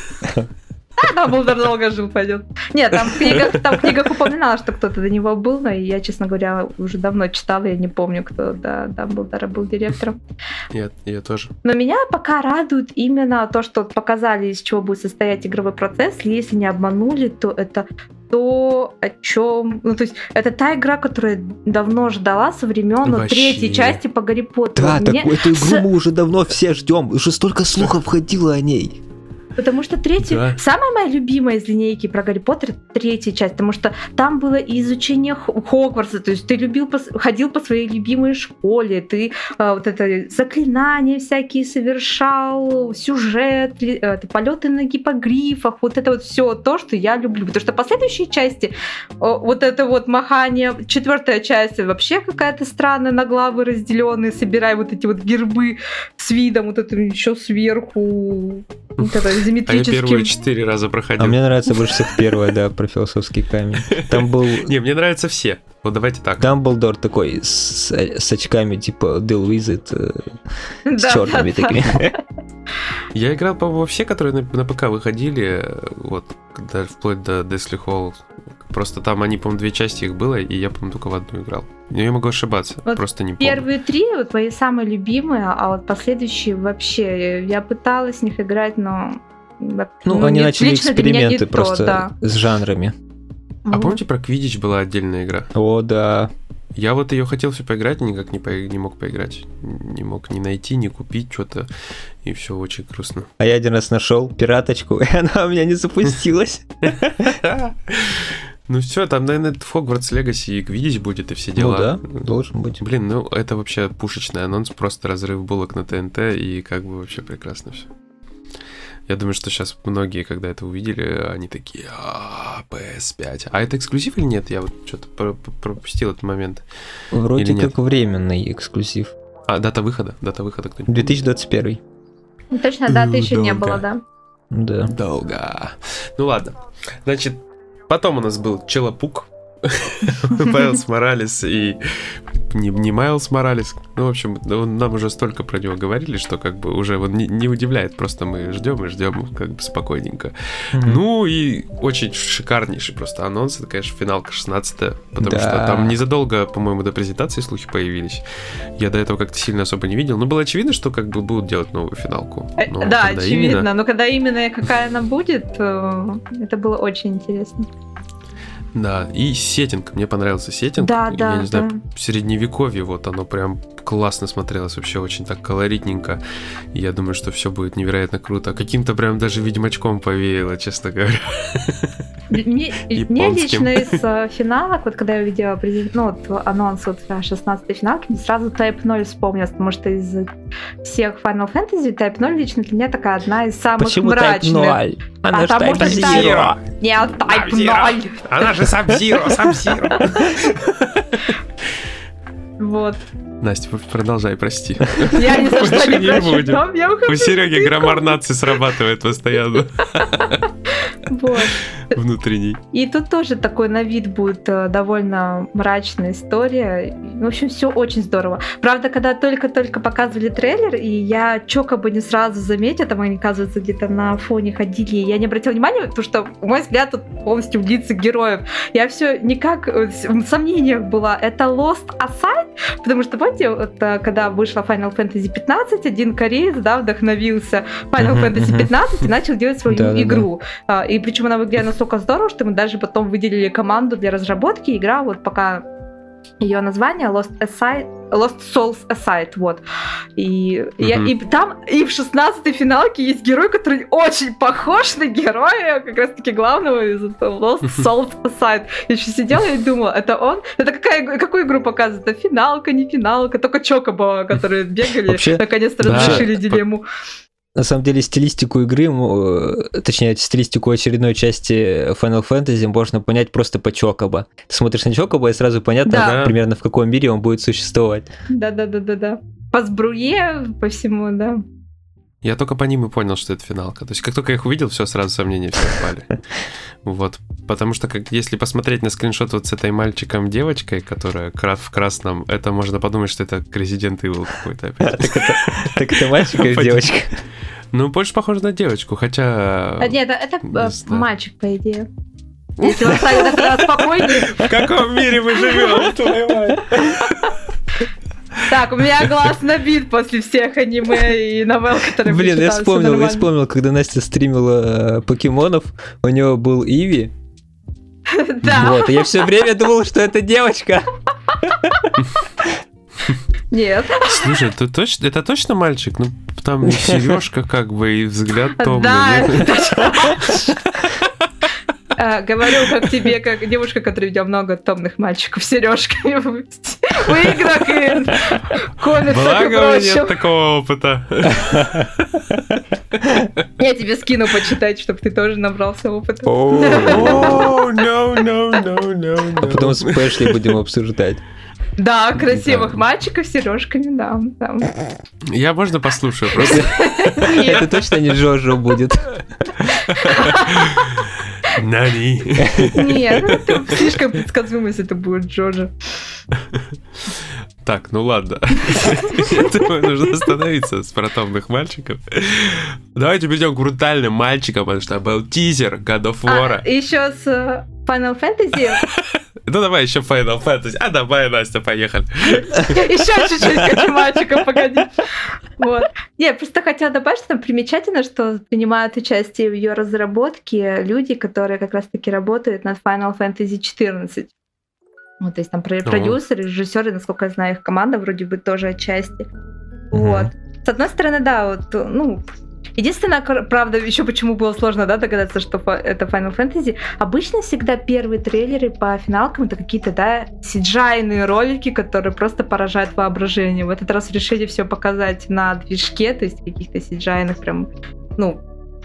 А, Дамблдор долго жил, пойдет. Нет, там в книгах, там в книгах упоминала, что кто-то до него был, но я, честно говоря, уже давно читала, я не помню, кто до Дамблдора был директором. Я, я тоже. Но меня пока радует именно то, что показали, из чего будет состоять игровой процесс. Если не обманули, то это то, о чем... Ну, то есть, это та игра, которая давно ждала со времен Вообще. третьей части по Гарри Поттеру. Да, Мне- так, эту игру с- мы уже давно все ждем. Уже столько слухов ходило о ней. Потому что третья, Да. самая моя любимая из линейки про Гарри Поттер, третья часть, потому что там было и изучение Х- Хогвартса, то есть ты любил, пос- ходил по своей любимой школе, ты а, вот это заклинания всякие совершал, сюжет, ли- это, полеты на гиппогрифах, вот это вот все то, что я люблю, потому что последующие части, о, вот это вот махание, четвертая часть вообще какая-то странная, на главы разделенные, собирая вот эти вот гербы с видом вот это еще сверху. Вот это А я изометрическим. первые четыре раза проходил. А мне нравится больше всех первая, да, про философский камень. Там был Не, мне нравятся все. Вот давайте так. Дамблдор такой с, с очками типа Дэл Уизет, э, с Да, черными да, да. такими. Я играл, по-моему, во все, которые на, на ПК выходили, вот, когда, вплоть до Deathly Hallows. Просто там они, по-моему, две части их было, и я, по-моему, только в одну играл. Но я могу ошибаться, Вот просто не помню. Первые три вот мои самые любимые, а вот последующие вообще я пыталась в них играть, но Ну, они не- начали лично для меня не эксперименты то, просто да. с жанрами. А Вот. помните, про Квиддич была отдельная игра? О, да. Я вот ее хотел все поиграть, никак не, по... не мог поиграть. Не мог ни найти, ни купить что-то. И все очень грустно. А я один раз нашел пираточку, и она у меня не запустилась. Ну все, там, наверное, в Хогвартс Легаси и Квиддич будет, и все дела. Ну да, должен быть. Блин, ну это вообще пушечный анонс, просто разрыв булок на ТНТ, и как бы вообще прекрасно все. Я думаю, что сейчас многие, когда это увидели, они такие, а пи эс пять. А это эксклюзив или нет? Я вот что-то пропустил этот момент. Вроде как временный эксклюзив. А, дата выхода? Дата выхода кто-нибудь? две тысячи двадцать первый. Ну, точно, даты еще не было, да. Да. Долго. Ну ладно. Значит, потом у нас был Челопук. Майлз Моралес и не, не Майлз Моралес. Ну, в общем, нам уже столько про него говорили, что как бы уже вот не, не удивляет. Просто мы ждем и ждем как бы спокойненько. Mm-hmm. Ну и очень шикарнейший просто анонс. Это, конечно, финалка шестнадцатая. Потому да. что там незадолго, по-моему, до презентации слухи появились. Я до этого как-то сильно особо не видел. Но было очевидно, что как бы будут делать новую финалку. Но да, очевидно. Именно... Но когда именно и какая она будет, это было очень интересно. Да, и сеттинг, мне понравился сеттинг. Да, да, я не знаю, да. средневековье, вот оно прям классно смотрелось, вообще очень так колоритненько. И я думаю, что все будет невероятно круто. Каким-то прям даже ведьмачком повеяло, честно говоря. Мне, мне лично из uh, финалок, вот когда я увидела презент, ну, вот, анонс вот, шестнадцатой финалки, мне сразу Type ноль вспомнилось, потому что из всех Final Fantasy Type ноль лично для меня такая одна из самых Почему мрачных. Почему Type ноль? Она а же Type Zero. Нет, Type ноль. Она же Sub-Zero, Sub-Zero. Вот. Настя, продолжай, прости. Я ни за что не прощу. У Сереги граммар нации срабатывает постоянно. Вот. Внутренний. И тут тоже такой на вид будет довольно мрачная история. В общем, все очень здорово. Правда, когда только-только показывали трейлер, и я чокобы не сразу заметила, там они, оказывается, где-то на фоне ходили, и я не обратила внимания, потому что, мой взгляд, тут полностью в лицах героев. Я все никак в сомнениях была. Это Lost Aside? Потому что, помните, вот, когда вышла Final Fantasy пятнадцать, один кореец, да, вдохновился Final uh-huh, Fantasy пятнадцать uh-huh. и начал делать свою да, игру. Да, да. И причем она выглядела настолько здорово, что мы даже потом выделили команду для разработки. Игра вот пока ее название Lost Aside, Lost Souls Aside, вот. И, mm-hmm. я, и там и в шестнадцатой финалке есть герой, который очень похож на героя, как раз-таки главного из Lost Souls Aside. Я еще сидела и думала, это он? Это какая, какую игру показывает? Это финалка, не финалка, только Чокобо, которые бегали, вообще, наконец-то да, разрешили дилемму. На самом деле стилистику игры, точнее стилистику очередной части Final Fantasy можно понять просто по Чокобо. Ты смотришь на Чокобо и сразу понятно да. примерно в каком мире он будет существовать. Да-да-да-да-да. По сбруе, по всему, да. Я только по ним и понял, что это финалка. То есть как только я их увидел, все, сразу сомнения все отпали. Вот. Потому что как, если посмотреть на скриншот вот с этой мальчиком-девочкой, которая в красном, это можно подумать, что это Resident Evil какой-то опять. Так это мальчик или девочка? Ну, больше похоже на девочку, хотя... Нет, это мальчик, по идее. Если он станет так спокойнее... В каком мире мы живем, твою мать? Так, у меня глаз набит после всех аниме и новелл, которые Блин, я вспомнил, я вспомнил, когда Настя стримила э, покемонов, у него был Иви. Да. Вот, и я все время думал, что это девочка. Нет. Слушай, это точно, это точно мальчик? Ну, там и сережка как бы, и взгляд томный. Да, это точно. А, говорю, как тебе, как девушка, которая видела много томных мальчиков с сережками в играх и комиксах Благо, и прочем. нет такого опыта. Я тебе скину почитать, чтобы ты тоже набрался опыта. О, no, no, no, no. А потом с Пэшли будем обсуждать. Да, красивых да. мальчиков с сережками, да, да. Я можно послушаю просто? Это точно не Джоджо будет. Нани. Нет, это слишком предсказуемо, если это будет Джоджо. Так, ну ладно. Я думаю, нужно остановиться с протомных мальчиков. Давайте перейдем к брутальным мальчикам, потому что был тизер God of War. А, еще с Final Fantasy. Ну давай еще Final Fantasy. А давай, Настя, поехали. Еще чуть-чуть хочу мальчиков, погоди. Вот. Не, просто хотела добавить, что там примечательно, что принимают участие в ее разработке люди, которые как раз-таки работают над Final Fantasy четырнадцать. Вот, то есть там продюсеры, режиссеры, насколько я знаю, их команда вроде бы тоже отчасти. Вот. С одной стороны, да, вот, ну, единственное, правда, еще почему было сложно, да, догадаться, что это Final Fantasy. Обычно всегда первые трейлеры по финалкам это какие-то, да, си джи ай-ные ролики, которые просто поражают воображение. В этот раз решили все показать на движке, то есть каких-то си джи ай-ных прям, ну,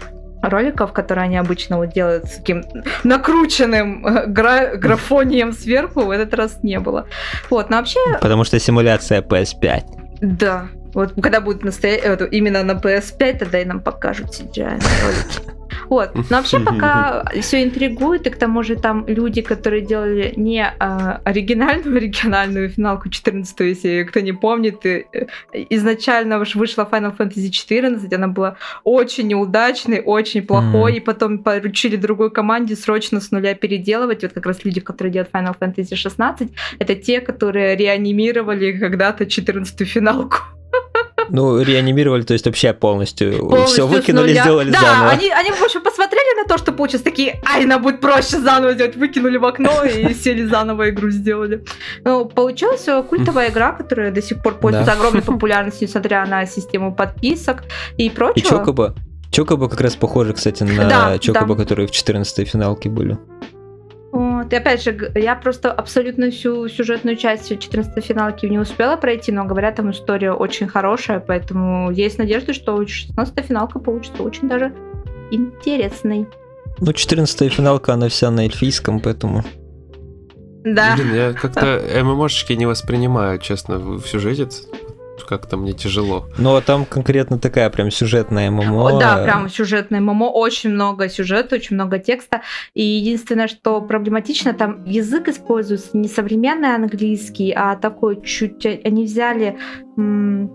роликов, которые они обычно вот делают с таким накрученным гра- графонием сверху, в этот раз не было. Вот, но вообще... Потому что симуляция пи эс пять. Да. Вот когда будет настоя... именно на пи эс пять, тогда и нам покажут си джи ай ролики. Вот. Но вообще пока все интригует, и к тому же там люди, которые делали не а, оригинальную оригинальную финалку четырнадцатую, если кто не помнит, и, изначально уж вышла Final Fantasy четырнадцать, она была очень неудачной, очень плохой, mm-hmm. и потом поручили другой команде срочно с нуля переделывать. Вот как раз люди, которые делают Final Fantasy шестнадцать, это те, которые реанимировали когда-то четырнадцатую финалку. Ну, реанимировали, то есть вообще полностью, полностью все выкинули, сделали да, заново. Да, они, они, в общем, посмотрели на то, что получилось, такие, ай, нам будет проще заново сделать, выкинули в окно и сели заново игру сделали. Ну, получилась культовая игра, которая до сих пор пользуется да. огромной популярностью, несмотря на систему подписок и прочего. И Чокоба. Чокоба как раз похожи, кстати, на да, Чокоба, да. которые в четырнадцатой финалке были. Вот. И опять же, я просто абсолютно всю сюжетную часть четырнадцатой финалки не успела пройти, но говорят, там история очень хорошая, поэтому есть надежда, что шестнадцатая финалка получится очень даже интересной. Ну, четырнадцатая финалка, она вся на эльфийском, поэтому... Да. Блин, я как-то ММОшечки не воспринимаю, честно, в сюжете. Как-то мне тяжело. Ну, а там конкретно такая прям сюжетная ММО. Да, прям сюжетная ММО. Очень много сюжета, очень много текста. И единственное, что проблематично, там язык используется не современный английский, а такой чуть... Они взяли... М-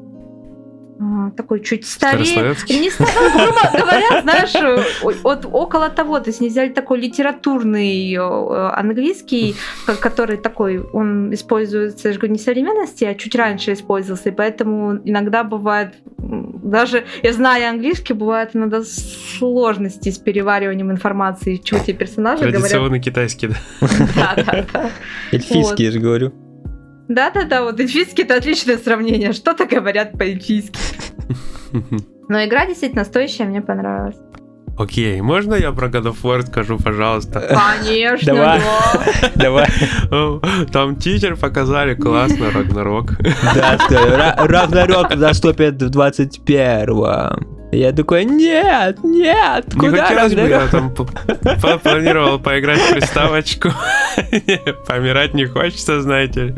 такой чуть старее. Не старее, грубо говоря, знаешь, вот около того, то есть не взяли такой литературный английский, который такой, он используется, я же говорю, не в современности, а чуть раньше использовался, и поэтому иногда бывает, даже я знаю английский, бывает иногда сложности с перевариванием информации, чего те персонажи говорят. Традиционный китайский, да? Да, да, да. Эльфийский, я же говорю. Да-да-да, вот эльфийский — это отличное сравнение. Что-то говорят по-эльфийски. Но игра действительно стоящая, мне понравилась. Окей, можно я про God of War скажу, пожалуйста? Конечно, давай. да. Давай. Там тизер показали, классно, Рагнарок. Да, Рагнарок наступит в двадцать первом. Я такой, нет, нет, не куда хотелось бы, я Рагнарок? там планировал поиграть в приставочку. Помирать не хочется, знаете.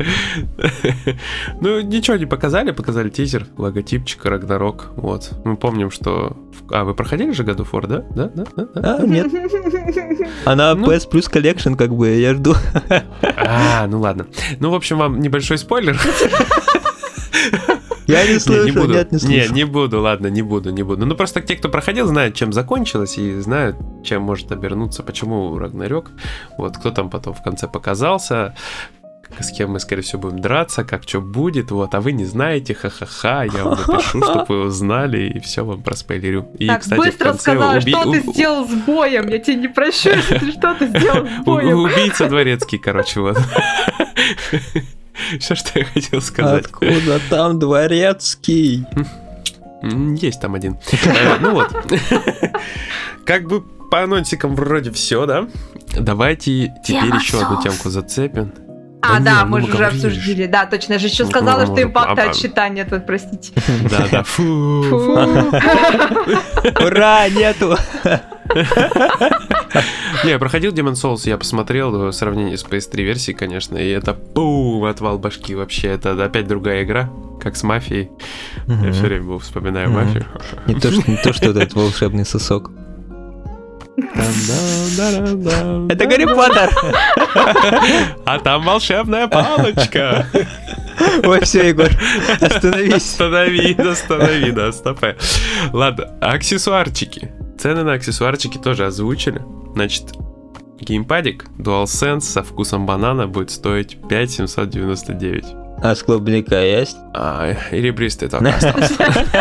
Ну, ничего не показали, показали тизер, логотипчик, Рагнарок. Вот. Мы помним, что... А, вы проходили же God of War, да? Да, да, да, да? А, нет. Она Ну. пи эс Plus Collection, как бы, я жду. А, ну ладно. Ну, в общем, вам небольшой спойлер. Я не слышу, не буду. нет, не слышу. Не, не буду, ладно, не буду, не буду. Ну, просто те, кто проходил, знают, чем закончилось, и знают, чем может обернуться, почему Рагнарёк. Вот, кто там потом в конце показался, с кем мы, скорее всего, будем драться, как что будет, вот, а вы не знаете, ха-ха-ха, я вам напишу, чтобы вы узнали, и все вам проспойлерю. И, Так, кстати, быстро в конце сказала, уби... что ты сделал с боем, я тебе не прощу, если ты что-то сделал с боем. Убийца дворецкий, короче, вот. Все, что я хотел сказать. Откуда там дворецкий? Есть там один. Ну вот. Как бы по анонсикам вроде все, да? Давайте теперь еще одну темку зацепим. А, Да да, не, мы ну же уже говорили обсудили. Да, точно, я же еще Ну, сказала, ну, что может, импакты а, от щита нет, вот, простите. Да, да. Фу. Фу. Ура, нету! Не, я проходил Demon's Souls, я посмотрел в сравнении с пи эс три версией, конечно, и это пум, отвал башки вообще. Это опять другая игра, как с Мафией. Я все время вспоминаю Мгм. Мафию. Не то, что, не то, что этот волшебный сосок. Это Гарри Поттер! А там волшебная палочка. Ой, все, Егор, остановись. Останови, останови, да, стопэ. Ладно, аксессуарчики. Цены на аксессуарчики тоже озвучили. Значит, геймпадик DualSense со вкусом банана будет стоить пять тысяч семьсот девяносто девять. А с клубника есть? А, и ребристый только остался.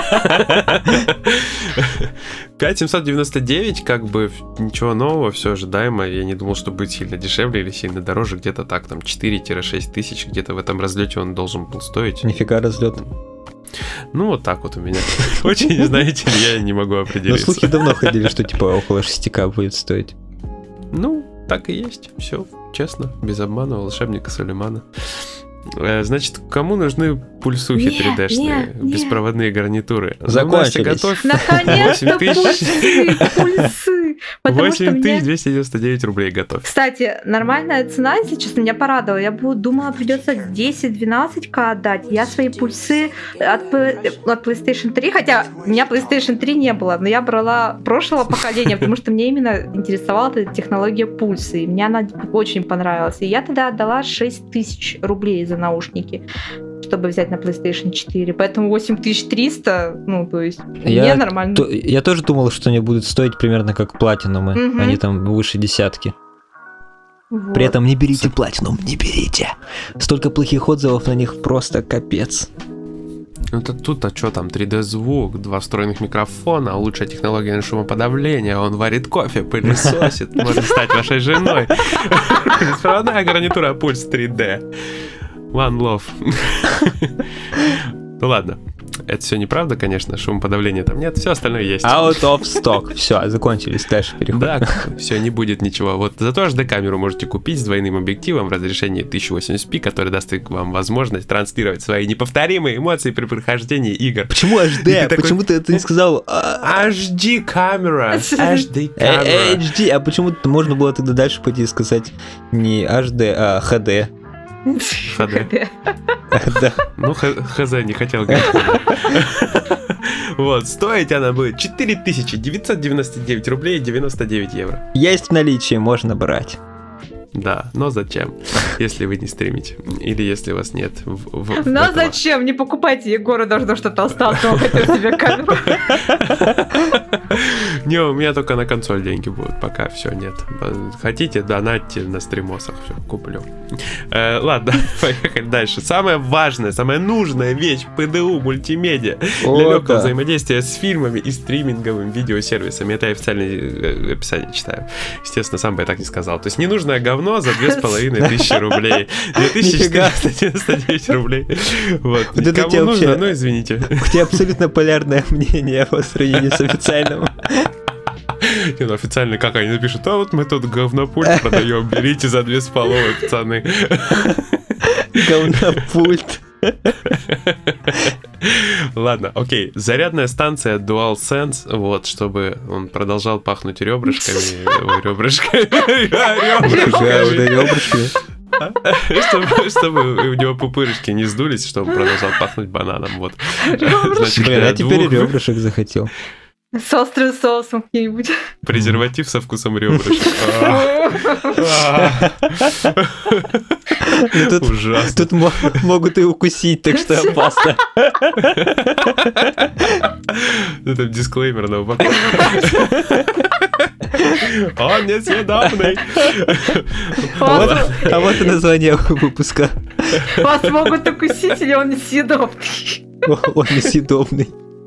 пять тысяч семьсот девяносто девять, как бы ничего нового, все ожидаемо. Я не думал, что будет сильно дешевле или сильно дороже. Где-то так, там четыре-шесть тысяч, где-то в этом разлете он должен был стоить. Нифига разлет. Ну, вот так вот у меня. Очень, знаете ли, я не могу Но определиться. слухи давно ходили, что типа около шести тысяч будет стоить. Ну, так и есть. Все, честно, без обмана, волшебника Сулеймана. Значит, кому нужны пульсухи Не, три дэ-шные, не, не. беспроводные гарнитуры? Закончились. Ну, Настя, готовь. Наконец-то пульсы, пульсы. Потому что восемь тысяч мне... двести девяносто девять рублей готовь. Кстати, нормальная цена, если честно, меня порадовала. Я бы думала, придется десять-двенадцать тысяч отдать. Я свои пульсы от, П- от PlayStation три, хотя у меня PlayStation три не было, но я брала прошлого поколения, потому что мне именно интересовала эта технология пульсы, и мне она очень понравилась. И я тогда отдала шесть тысяч рублей за наушники, чтобы взять на PlayStation четыре. Поэтому восемь тысяч триста, ну, то есть, Я мне нормально. То- я тоже думал, что они будут стоить примерно как платинумы. Мгм. Они там выше десятки. Вот. При этом не берите платинум, не берите. Столько плохих отзывов на них, просто капец. Ну то тут, а что там, три дэ-звук, два встроенных микрофона, лучшая технология шумоподавления, он варит кофе, пылесосит, может стать вашей женой. Беспроводная гарнитура пульс три дэ. One love. Ну ладно, это все неправда, конечно, шумоподавления там нет, все остальное есть. Out of stock. Все, закончились, дальше переходим. Да, все, не будет ничего. Вот зато эйч ди-камеру можете купить с двойным объективом в разрешении тысяча восемьдесят пи, который даст вам возможность транслировать свои неповторимые эмоции при прохождении игр. Почему эйч ди? И ты такой- Почему ты это не сказал? А, эйч ди-камера, эйч э, ди-камера. эйч ди, а почему можно было тогда дальше пойти и сказать не эйч ди, а эйч ди? эйч ди. Да. Ну, х- хз, не хотел говорить. Вот, стоить она будет четыре тысячи девятьсот девяносто девять рублей девяносто девять евро. Есть в наличии, можно брать. Да, но зачем, если вы не стримите? Или если у вас нет в- в- Ну этого. зачем? Не покупайте, Егору должно что-то остаться, он хотел себе камеру. Не, у меня только на консоль деньги будут, пока все нет. Хотите, донатьте на стримосах, все, куплю. Э, ладно, поехали дальше. Самая важная, самая нужная вещь ПДУ мультимедиа для О, легкого да. взаимодействия с фильмами и стриминговым видеосервисами. Это я официальное описание читаю. Естественно, сам бы я так не сказал. То есть ненужное говно за две с половиной тысячи рублей. две тысячи четыреста девяносто девять рублей. Вот. Вот это Кому тебе нужно, вообще- ну извините. У тебя абсолютно полярное мнение по сравнению с официальным. Не, ну официально как они напишут, а вот мы тут говнопульт продаем, берите за две с половой, пацаны. Говнопульт. Ладно, окей. Зарядная станция DualSense, вот, чтобы он продолжал пахнуть ребрышками. Ой, ребрышками. Да, вот Ребрышками. ребрышки. Чтобы, чтобы у него пупырышки не сдулись, чтобы он продолжал пахнуть бананом. Вот. Значит, Блин, для я теперь двух ребрышек захотел. С острым соусом каким-нибудь. презерватив со вкусом ребрышек. Ну, тут- Ужасно. Тут мо- могут и укусить, так что опасно. Это дисклеймер на упаковке. Он несъедобный. А вот, а вот и название выпуска. Вас могут укусить, или он несъедобный. Он несъедобный.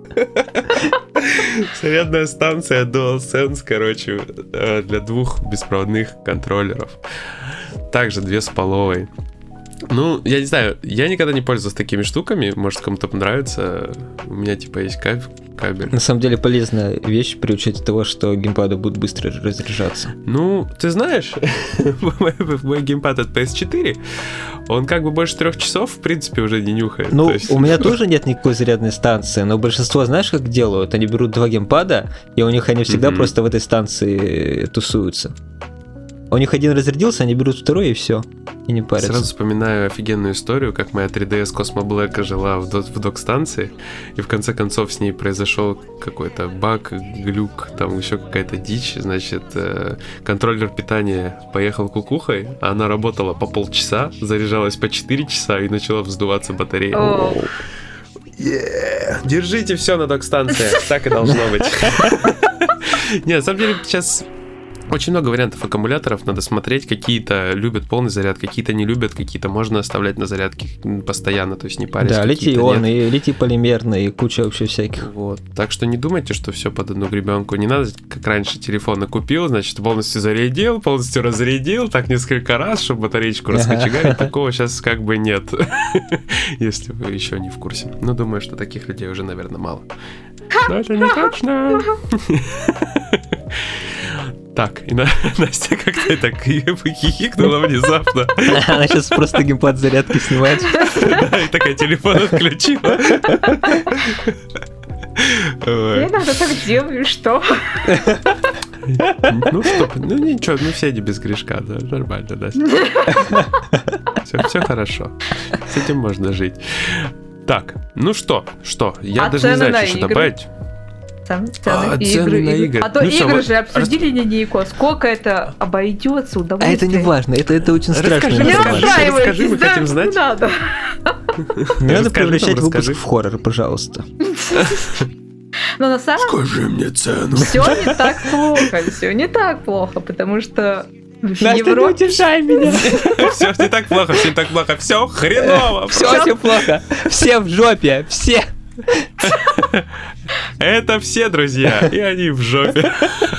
Зарядная станция DualSense, короче, э, для двух беспроводных контроллеров. Также две с половой. Ну, я не знаю, я никогда не пользовался такими штуками. Может, кому-то понравится. У меня, типа, есть кабель. кабель. На самом деле полезная вещь при учете того, что геймпады будут быстро разряжаться. Ну, ты знаешь, мой, мой геймпад от пи эс четыре, он как бы больше трех часов, в принципе, уже не нюхает. Ну, То есть- у меня тоже нет никакой зарядной станции, но большинство, знаешь, как делают? Они берут два геймпада, и у них они всегда Мгм. просто в этой станции тусуются. У них один разрядился, они берут второй, и все. И не парятся. Сразу вспоминаю офигенную историю, как моя три ди эс Cosmo Black жила в, до- в док-станции, и в конце концов с ней произошел какой-то баг, глюк, там еще какая-то дичь. Значит, э, контроллер питания поехал кукухой, а она работала по полчаса, заряжалась по четыре часа и начала вздуваться батарея. О. Yeah. Держите все на док-станциях, так и должно быть. Не, на самом деле сейчас очень много вариантов аккумуляторов, надо смотреть, какие-то любят полный заряд, какие-то не любят, какие-то можно оставлять на зарядке постоянно, то есть не парить. Да, какие-то литий-ионный, нет. и литий-полимерный, и куча вообще всяких. Вот. Так что не думайте, что все под одну гребенку. Не надо, как раньше, телефон купил, значит, полностью зарядил, полностью разрядил, так несколько раз, чтобы батареечку раскочегарить. Такого сейчас как бы нет, если вы еще не в курсе. Но думаю, что таких людей уже, наверное, мало. Но это не точно. Так, и на- Настя как-то так хихикнула внезапно. Она сейчас просто геймпад зарядки снимает. Да, и такая телефон отключила. Ой. Я иногда так делаю, что? Ну что, ну ничего, ну все не без грешка, да, нормально, да. Все, все хорошо. С этим можно жить. Так, ну что, что? Я А даже не цены знаю, на что игры? добавить. Там цены, А, игры, цены на игры. А то Ну что, игры вот же обсудили линейку, сколько это обойдется, А удовольствие. это не важно, это, это очень страшно. Расскажи, Не расскажи, расстраивайтесь, расскажи, мы да, хотим знать. не надо. Не надо Расскажи превращать нам, выпуск расскажи. в хоррор, пожалуйста. Но на самом Скажи мне цену. все не так плохо, все не так плохо, потому что в Настя, не Европе... утешай меня. Все не так плохо, все не так плохо, все хреново. Все, все плохо. Все в жопе, все. Это все, друзья, и они в жопе.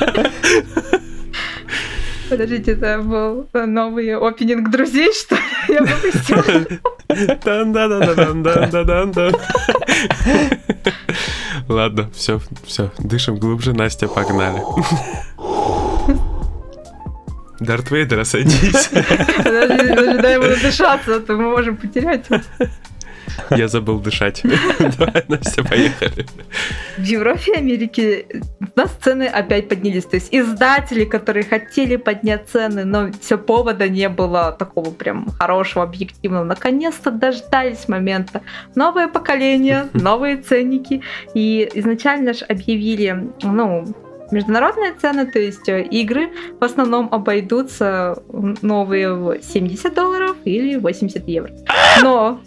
Подождите, это был новый опенинг друзей, что ли? Я пропустила. Дан-да-да-да-дан-да-дан-дан. Ладно, все, все, дышим глубже, Настя, погнали. Дарт Вейдер, садись. Подожди, подожди, дай ему надышаться, а то мы можем потерять. Я забыл дышать. Давай, Настя, поехали. В Европе и Америке у нас цены опять поднялись. То есть издатели, которые хотели поднять цены, но все повода не было такого прям хорошего, объективного. Наконец-то дождались момента. Новое поколение, новые ценники. И изначально же объявили, ну, международные цены, то есть игры в основном обойдутся новые в семьдесят долларов или восемьдесят евро. Но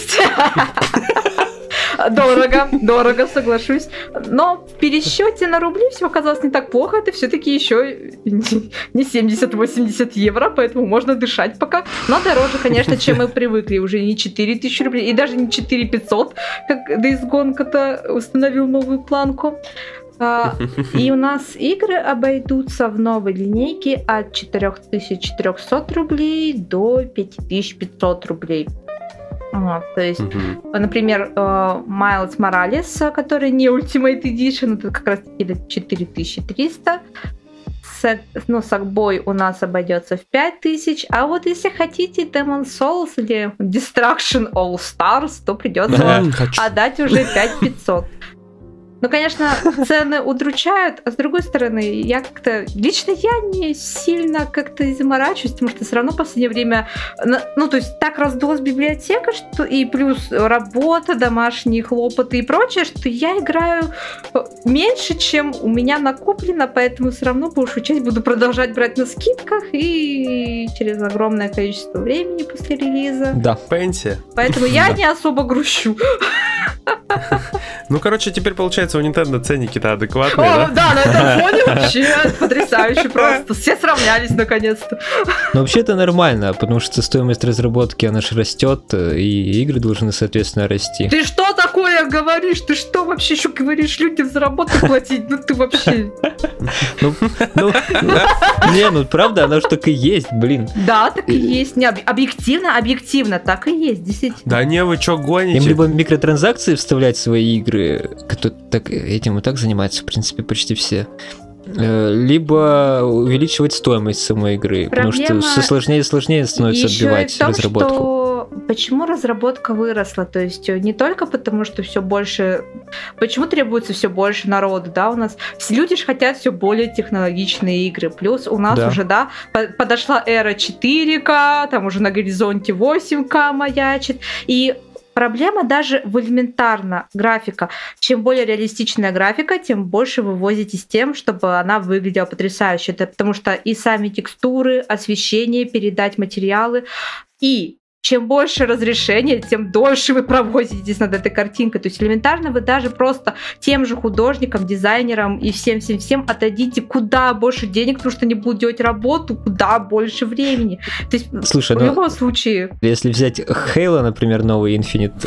дорого, дорого, соглашусь. Но в пересчете на рубли все оказалось не так плохо. Это все-таки еще не семьдесят-восемьдесят евро, поэтому можно дышать пока. Но дороже, конечно, чем мы привыкли. Уже не четыре тысячи рублей, и даже не четыре тысячи пятьсот, как Days Gone-то установил новую планку. И у нас игры обойдутся в новой линейке от четыре тысячи четыреста рублей до пять тысяч пятьсот рублей. Вот, то есть, mm-hmm. например, Miles Morales, который не Ultimate Edition, это как раз таки четыре тысячи триста. С, ну, Sackboy у нас обойдется в пять тысяч. А вот если хотите Demon's Souls или Destruction All Stars, то придется mm-hmm. отдать уже пять тысяч пятьсот. Ну, конечно, цены удручают, а с другой стороны, я как-то... Лично я не сильно как-то заморачиваюсь, потому что все равно в последнее время... Ну, то есть так раздулась библиотека, что и плюс работа, домашние хлопоты и прочее, что я играю меньше, чем у меня накоплено, поэтому все равно большую часть буду продолжать брать на скидках и через огромное количество времени после релиза. Да. Пенсия. Поэтому я не особо грущу. Ну, короче, теперь получается у Nintendo ценники-то адекватные, О, да? да, на этом фоне вообще потрясающе просто. Все сравнялись наконец-то. Но вообще это нормально, потому что стоимость разработки, она же растет, и игры должны, соответственно, расти. Ты что такое говоришь? Ты что вообще еще говоришь людям за работу платить? Ну ты вообще... Ну, ну, не, ну правда, она же так и есть, блин. Да, так и есть. Не, объективно, объективно, так и есть, действительно. Да не, вы что гоните? Им либо микротранзакции вставлять в свои игры, которые так, этим и так занимаются, в принципе, почти все, либо увеличивать стоимость самой игры, Проблема... потому что все сложнее и сложнее становится еще отбивать и в том, разработку. Что... Почему разработка выросла? То есть не только потому, что все больше... Почему требуется все больше народу, да, у нас... Все люди же хотят все более технологичные игры. Плюс у нас да. уже, да, подошла эра четыре ка, там уже на горизонте восемь ка маячит, и проблема даже в элементарно графика. Чем более реалистичная графика, тем больше вы возитесь тем, чтобы она выглядела потрясающе. Это потому что и сами текстуры, освещение, передать материалы, и чем больше разрешения, тем дольше вы провозитесь над этой картинкой. То есть элементарно вы даже просто тем же художникам, дизайнерам и всем-всем-всем отдадите куда больше денег, потому что они будут делать работу куда больше времени. То есть слушай, в ну, любом случае... Если взять Halo, например, новый Infinite...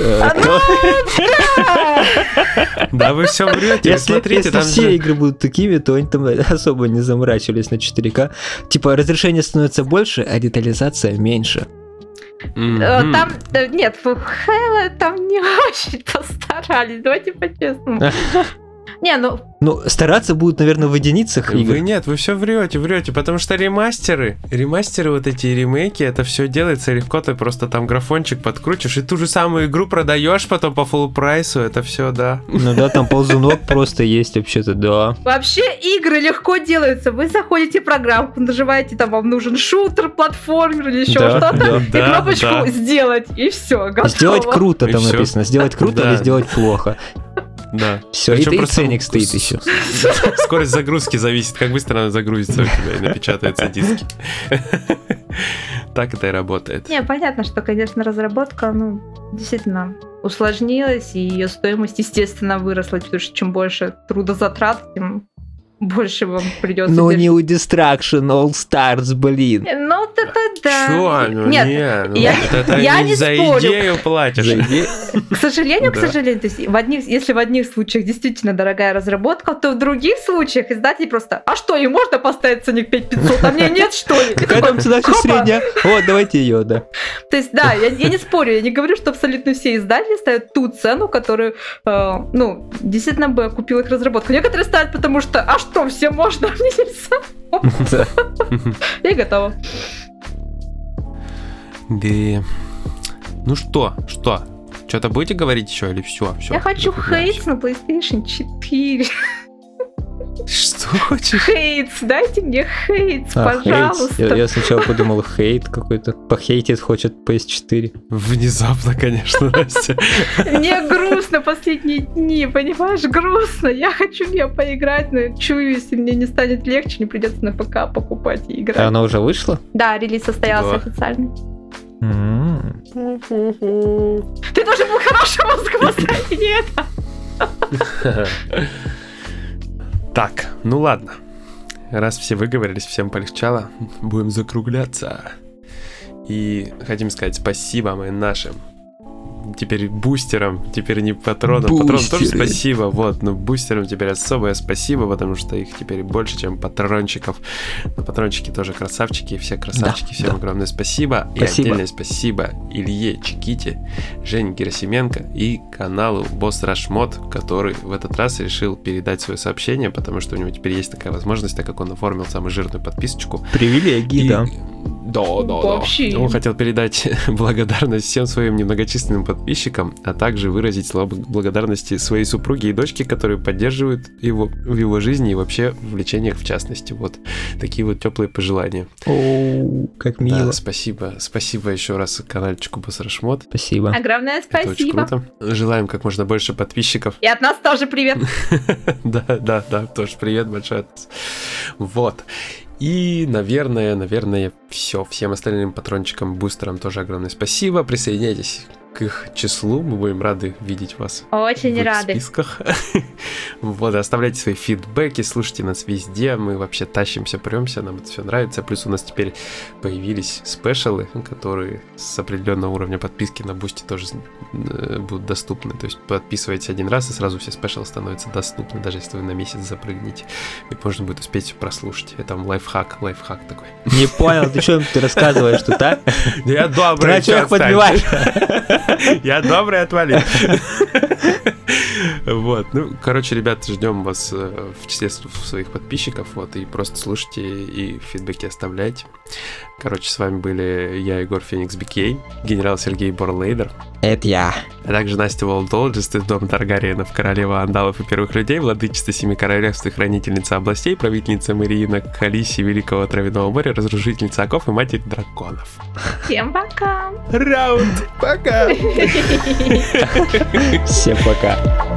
Да вы все врете, смотрите, если все игры будут такими, то они там особо не заморачивались на четыре ка. Типа разрешение становится больше, а детализация меньше. Mm-hmm. Там, нет, в Halo там не очень постарались, давайте по-честному. Не, ну... Ну, стараться будут, наверное, в единицах игр. Вы нет, вы все врете, врете, потому что ремастеры, ремастеры вот эти ремейки, это все делается легко, ты просто там графончик подкрутишь и ту же самую игру продаешь потом по фулл прайсу, это все, да. Ну да, там ползунок просто есть вообще-то, да. Вообще игры легко делаются. Вы заходите в программку, нажимаете, там вам нужен шутер, платформер или еще Да, что-то, да. и Да, кнопочку да. сделать, и все, готово. Сделать круто И там всё. написано, сделать круто Да. или сделать плохо. Да. Все, и, Причём и просто ценник стоит с- еще. Скорость загрузки зависит, как быстро она загрузится у тебя и напечатаются диски. Так это и работает. Не, понятно, что, конечно, разработка, ну, действительно усложнилась, и ее стоимость, естественно, выросла, потому что чем больше трудозатрат, тем больше вам придется... Но не у Destruction All Stars, блин. Ну, вот это да. Чё? Ну, Нет, не, ну, я- это, это я не не за спорю. идею платишь. К сожалению, к Да. сожалению, то есть в одних, если в одних случаях действительно дорогая разработка, то в других случаях издатель просто, а что, и можно поставить ценник пять тысяч пятьсот, а мне нет, что ли? И Какая такой, там цена «Хопа». средняя? Вот, давайте ее, да. То есть, да, я, я не спорю, я не говорю, что абсолютно все издатели ставят ту цену, которую, э, ну, действительно бы купил их разработку. Некоторые ставят, потому что, а что, все можно, а мне нельзя. Да. И готово. Да. Ну что, что? Что-то будете говорить еще или все? Я хочу хейтс на PlayStation четыре. Что хочешь? Хейтс, дайте мне хейтс, А, хейт. пожалуйста. Я, я сначала подумал, хейт какой-то. Похейтит хочет пи эс четыре. Внезапно, конечно, Настя. Мне грустно последние дни, понимаешь, грустно. Я хочу в нее поиграть, но чую, если мне не станет легче, не придется на ПК покупать и играть. А она уже вышла? Да, релиз состоялся Да. официально. М. Ты тоже был хороший мозг поставить, не это. Так, ну ладно. Раз все выговорились, всем полегчало, будем закругляться. И хотим сказать спасибо мы нашим теперь бустерам, теперь не патронам. Патронам тоже Бустеры. спасибо, вот, но бустерам теперь особое спасибо, потому что их теперь больше, чем патрончиков. Но патрончики тоже красавчики, все красавчики, Да, всем да. огромное спасибо. И Спасибо. отдельное спасибо Илье Чиките, Жене Герасименко и каналу Босс Рашмод, который в этот раз решил передать свое сообщение, потому что у него теперь есть такая возможность, так как он оформил самую жирную подписочку. Привилегии, И- да. Да, да, Вообще. да. Он хотел передать благодарность всем своим немногочисленным подписчикам, а также выразить слова благодарности своей супруге и дочке, которые поддерживают его в его жизни и вообще в влечениях в частности. Вот такие вот теплые пожелания. Оу, как мило. Да, спасибо. Спасибо еще раз каналчику Басрашмот. Спасибо. Огромное Это очень спасибо. круто. Желаем как можно больше подписчиков. И от нас тоже привет. Да, да, да, тоже привет большой от нас. Вот. И, наверное, наверное, все. Всем остальным патрончикам, бустерам тоже огромное спасибо. Присоединяйтесь к их числу. Мы будем рады видеть вас Очень в их рады. списках. Вот, оставляйте свои фидбэки, слушайте нас везде. Мы вообще тащимся, премся, нам это все нравится. Плюс у нас теперь появились спешалы, которые с определенного уровня подписки на бусте тоже э, будут доступны. То есть подписываетесь один раз, и сразу все спешалы становятся доступны, даже если вы на месяц запрыгнете. И можно будет успеть все прослушать. Это там лайфхак, лайфхак такой. Не понял, ты что ты рассказываешь тут, а? Я Ты добрый, на чё их подбиваешь? Я добрый, отвали. Вот, ну, короче, ребят, ждем вас э, в числе с- своих подписчиков, вот, и просто слушайте и фидбэки оставляйте. Короче, с вами были я, Егор Феникс Бикей, генерал Сергей Борлейдер, Это я. а также Настя Волдолджист из Дома Таргариенов, королева андалов и первых людей, владычица семи королевств и хранительница областей, правительница Мариина Калиси Великого Травяного моря, разрушительница оков и матерь драконов. Всем пока. Раунд! Пока! Всем пока.